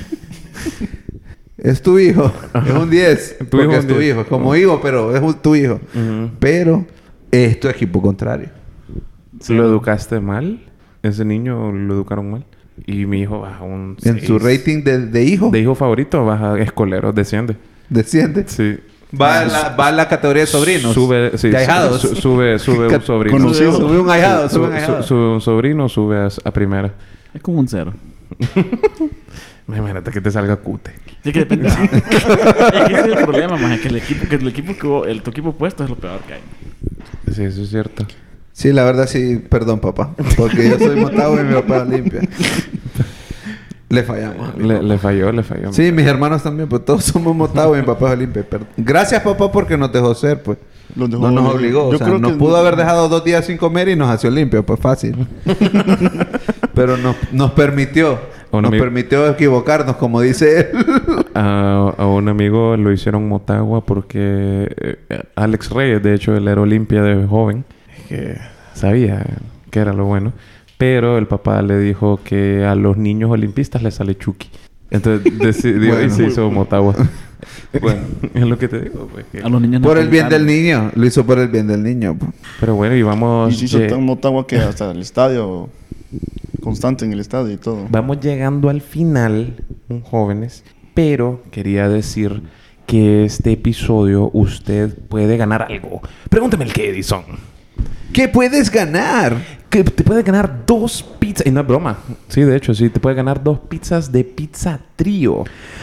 Es tu hijo. Es un 10. Tu Porque hijo es es un tu 10. hijo. Es como hijo, pero es tu hijo. Pero es tu equipo contrario. ¿Lo educaste mal? ¿Ese niño lo educaron mal? Y mi hijo baja un En su 6. rating de hijo, De hijo favorito baja escolero, desciende. desciende. Sí. Va a la categoría de sobrinos. Sube, sí, De ahijados. sube un sobrino. Conocido. Sube un ahijado. Sube un ahijado. Sube un sobrino, sube a primera. Es como un 0. Imagínate que te salga cute. Sí, que depende. Es que ese es el problema, más que tu equipo puesto es lo peor que hay. Sí, eso es cierto. Sí, la verdad sí. Perdón, papá. Porque yo soy Motagua y mi papá Olimpia. Le fallamos. Le falló. Sí, mis hermanos también, pues todos somos Motagua y mi papá es Olimpia. Gracias, papá, porque nos dejó ser, pues. Los dejó No nos libre. obligó. Yo O sea, creo nos que- pudo haber dejado 2 días sin comer y nos hacía limpio, pues fácil. Pero nos permitió. Un Nos amigo- permitió equivocarnos, como dice él. A un amigo lo hicieron Motagua porque Alex Reyes, de hecho, él era Olimpia de joven, que sabía que era lo bueno, pero el papá le dijo que a los niños olimpistas les sale Chucky. Entonces decidió Bueno. y se hizo Motagua. Bueno. Es lo que te digo. Pues, que- A los niños no Por el bien del pensaron. niño. Lo hizo por el bien del niño, pues. Pero bueno, y vamos... Y se hizo tan Motagua que hasta el estadio, constante en el estadio y todo. Vamos llegando al final, jóvenes, pero quería decir que este episodio usted puede ganar algo. Pregúntame el qué, Edison. ¿Qué puedes ganar? Que te puedes ganar 2 pizzas. Y no es broma. Sí, de hecho, sí. Te puedes ganar 2 pizzas de pizza trío.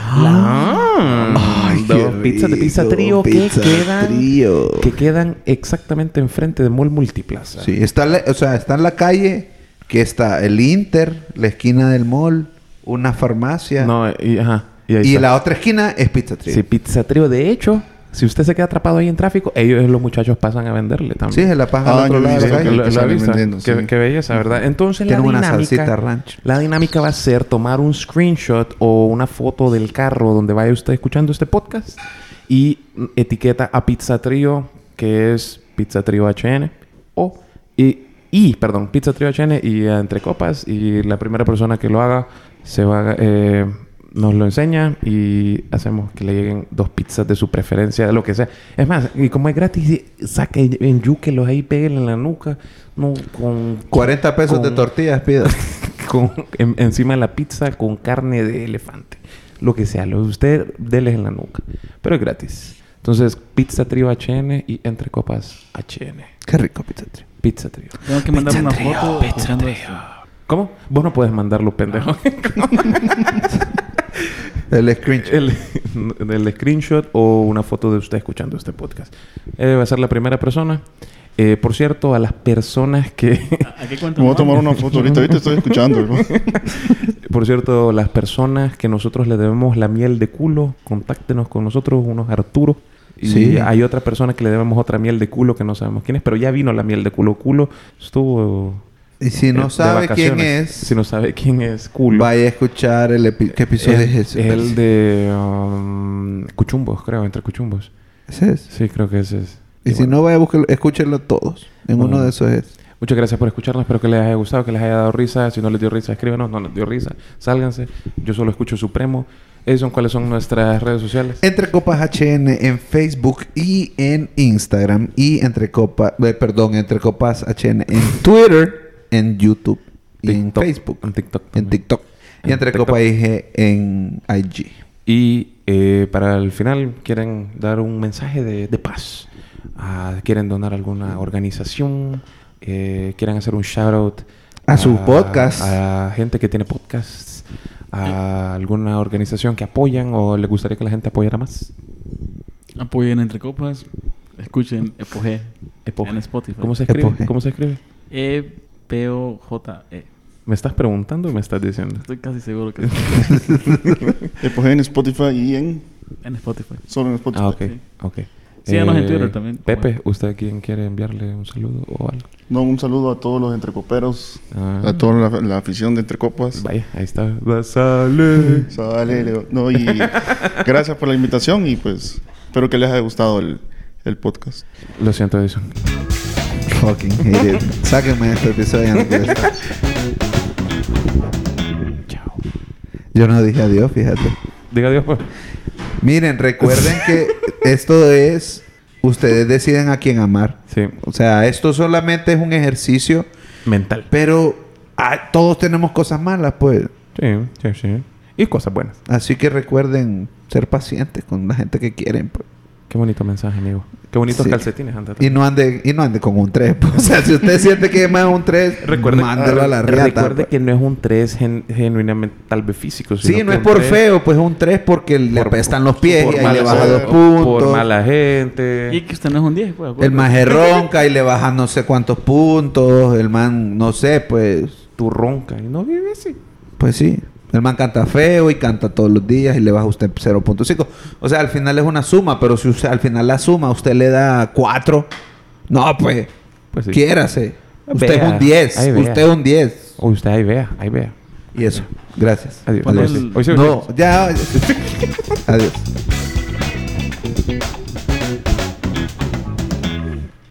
Ay, qué 2 pizzas de pizza rico, trío pizza trío. que quedan exactamente enfrente de Mall Multiplaza. Sí, está en la calle que está el Inter, la esquina del mall, una farmacia. No, y ahí Y está. la otra esquina es Pizza Trio. Sí, Pizza Trío. De hecho, si usted se queda atrapado ahí en tráfico, ellos, los muchachos, pasan a venderle también. Sí, se la pasan al otro yo lado de he la visto calle. que- ¿Lo ha salen visto? vendiendo, sí. Qué belleza, ¿verdad? Entonces Tienen una salsita ranch. la dinámica va a ser tomar un screenshot o una foto del carro donde vaya usted escuchando este podcast y etiqueta a Pizza Trío, que es Pizza Trío HN, perdón, Pizza Trío HN y Entre Copas, y la primera persona que lo haga nos lo enseña y hacemos que le lleguen 2 pizzas de su preferencia, de lo que sea. Es más, y como es gratis, saque en yúquelos ahí, péguen en la nuca, no con 40 pesos de con- tortillas, pida. encima de la pizza con carne de elefante. Lo que sea, lo de usted, dele en la nuca. Pero es gratis. Entonces, Pizza Trío HN y Entre Copas HN. Qué rico Pizza Trio. Pizza Trío. Tengo que mandar una foto escuchando esto. ¿Cómo? Vos no puedes mandarlo, pendejo. El screenshot. el screenshot o una foto de usted escuchando este podcast. Va a ser la primera persona. Por cierto, a las personas que... ¿A qué cuenta? Me voy a tomar una foto ahorita estoy escuchando. ¿no? Por cierto, las personas que nosotros le debemos la miel de culo, contáctenos con nosotros, unos Arturo. Y Sí. hay otra persona que le debemos otra miel de culo que no sabemos quién es, pero ya vino la miel de culo. Culo estuvo... Y si no de sabe quién vacaciones. es, Si no sabe quién es culo. vaya a escuchar ¿qué episodio es ese? Es el de Cuchumbos, creo, Entre Cuchumbos. Ese es. Sí, creo que ese es. Y si bueno. no, vaya a buscarlo, escúchenlo todos. En Bueno. uno de esos es. Muchas gracias por escucharnos. Espero que les haya gustado, que les haya dado risa. Si no les dio risa, escríbanos. No les dio risa, sálganse. Yo solo escucho Supremo. Edison, ¿cuáles son nuestras redes sociales? Entre Copas HN en Facebook y en Instagram. Y Entre Copas HN en Twitter, en YouTube y en TikTok. Facebook. En TikTok. En también. TikTok. Y En Entre TikTok. Copas IG en IG. Y para el final, ¿quieren dar un mensaje de paz? ¿Quieren donar a alguna organización? ¿Quieren hacer un shout-out? A sus podcasts. A gente que tiene podcasts. ¿A alguna organización que apoyan o les gustaría que la gente apoyara más? Apoyen Entre Copas. Escuchen Epoge Epoge. en Spotify. ¿Cómo se escribe? Epoge. ¿Cómo se escribe? EPOJE. ¿Me estás preguntando o me estás diciendo? Estoy casi seguro que Epoge en Spotify y en... en Spotify. Solo en Spotify. Ah, ok. Sí. Ok. Síganos en Twitter también. Pepe, ¿usted quién quiere enviarle un saludo o algo? No, un saludo a todos los entrecoperos, Ah. a toda la afición de Entrecopas. Vaya, ahí está. Sale. Sale, Leo. No, y gracias por la invitación y pues espero que les haya gustado el podcast. Lo siento, Edison. Fucking hate it. Sáquenme este episodio. Ya no quiero estar. Chao. Yo no dije adiós, fíjate. Diga adiós, pues. Miren, recuerden que esto es... Ustedes deciden a quién amar. Sí. O sea, esto solamente es un ejercicio, Mental. pero todos tenemos cosas malas, pues. Sí, sí, sí. Y cosas buenas. Así que recuerden ser pacientes con la gente que quieren, pues. Qué bonito mensaje, amigo. Qué bonitos Sí. calcetines, anda. Y no ande con un 3. Pues. O sea, si usted siente que es más un 3, mándelo a la riata. Recuerde pues. que no es un 3 genuinamente tal vez físico. Sí, sino no que es un por 3 feo, pues es un 3 porque le apestan los pies por y ahí mala le baja suerte, 2 puntos. Por mala gente. Y que usted no es un 10, pues. El acuérdate. maje ronca y le baja no sé cuántos puntos. El man, no sé, pues... Tú ronca y no vive así. Pues sí. El man canta feo y canta todos los días y le baja usted 0.5. O sea, al final es una suma, pero si usted, al final la suma usted le da 4, no, pues, Pues sí. quiérase. Usted Vea, es un 10. ahí vea. Usted es un 10. O usted ahí vea, ahí vea. Y eso. Gracias. Adiós. Pon Adiós. el- Hoy se No, ya. Adiós.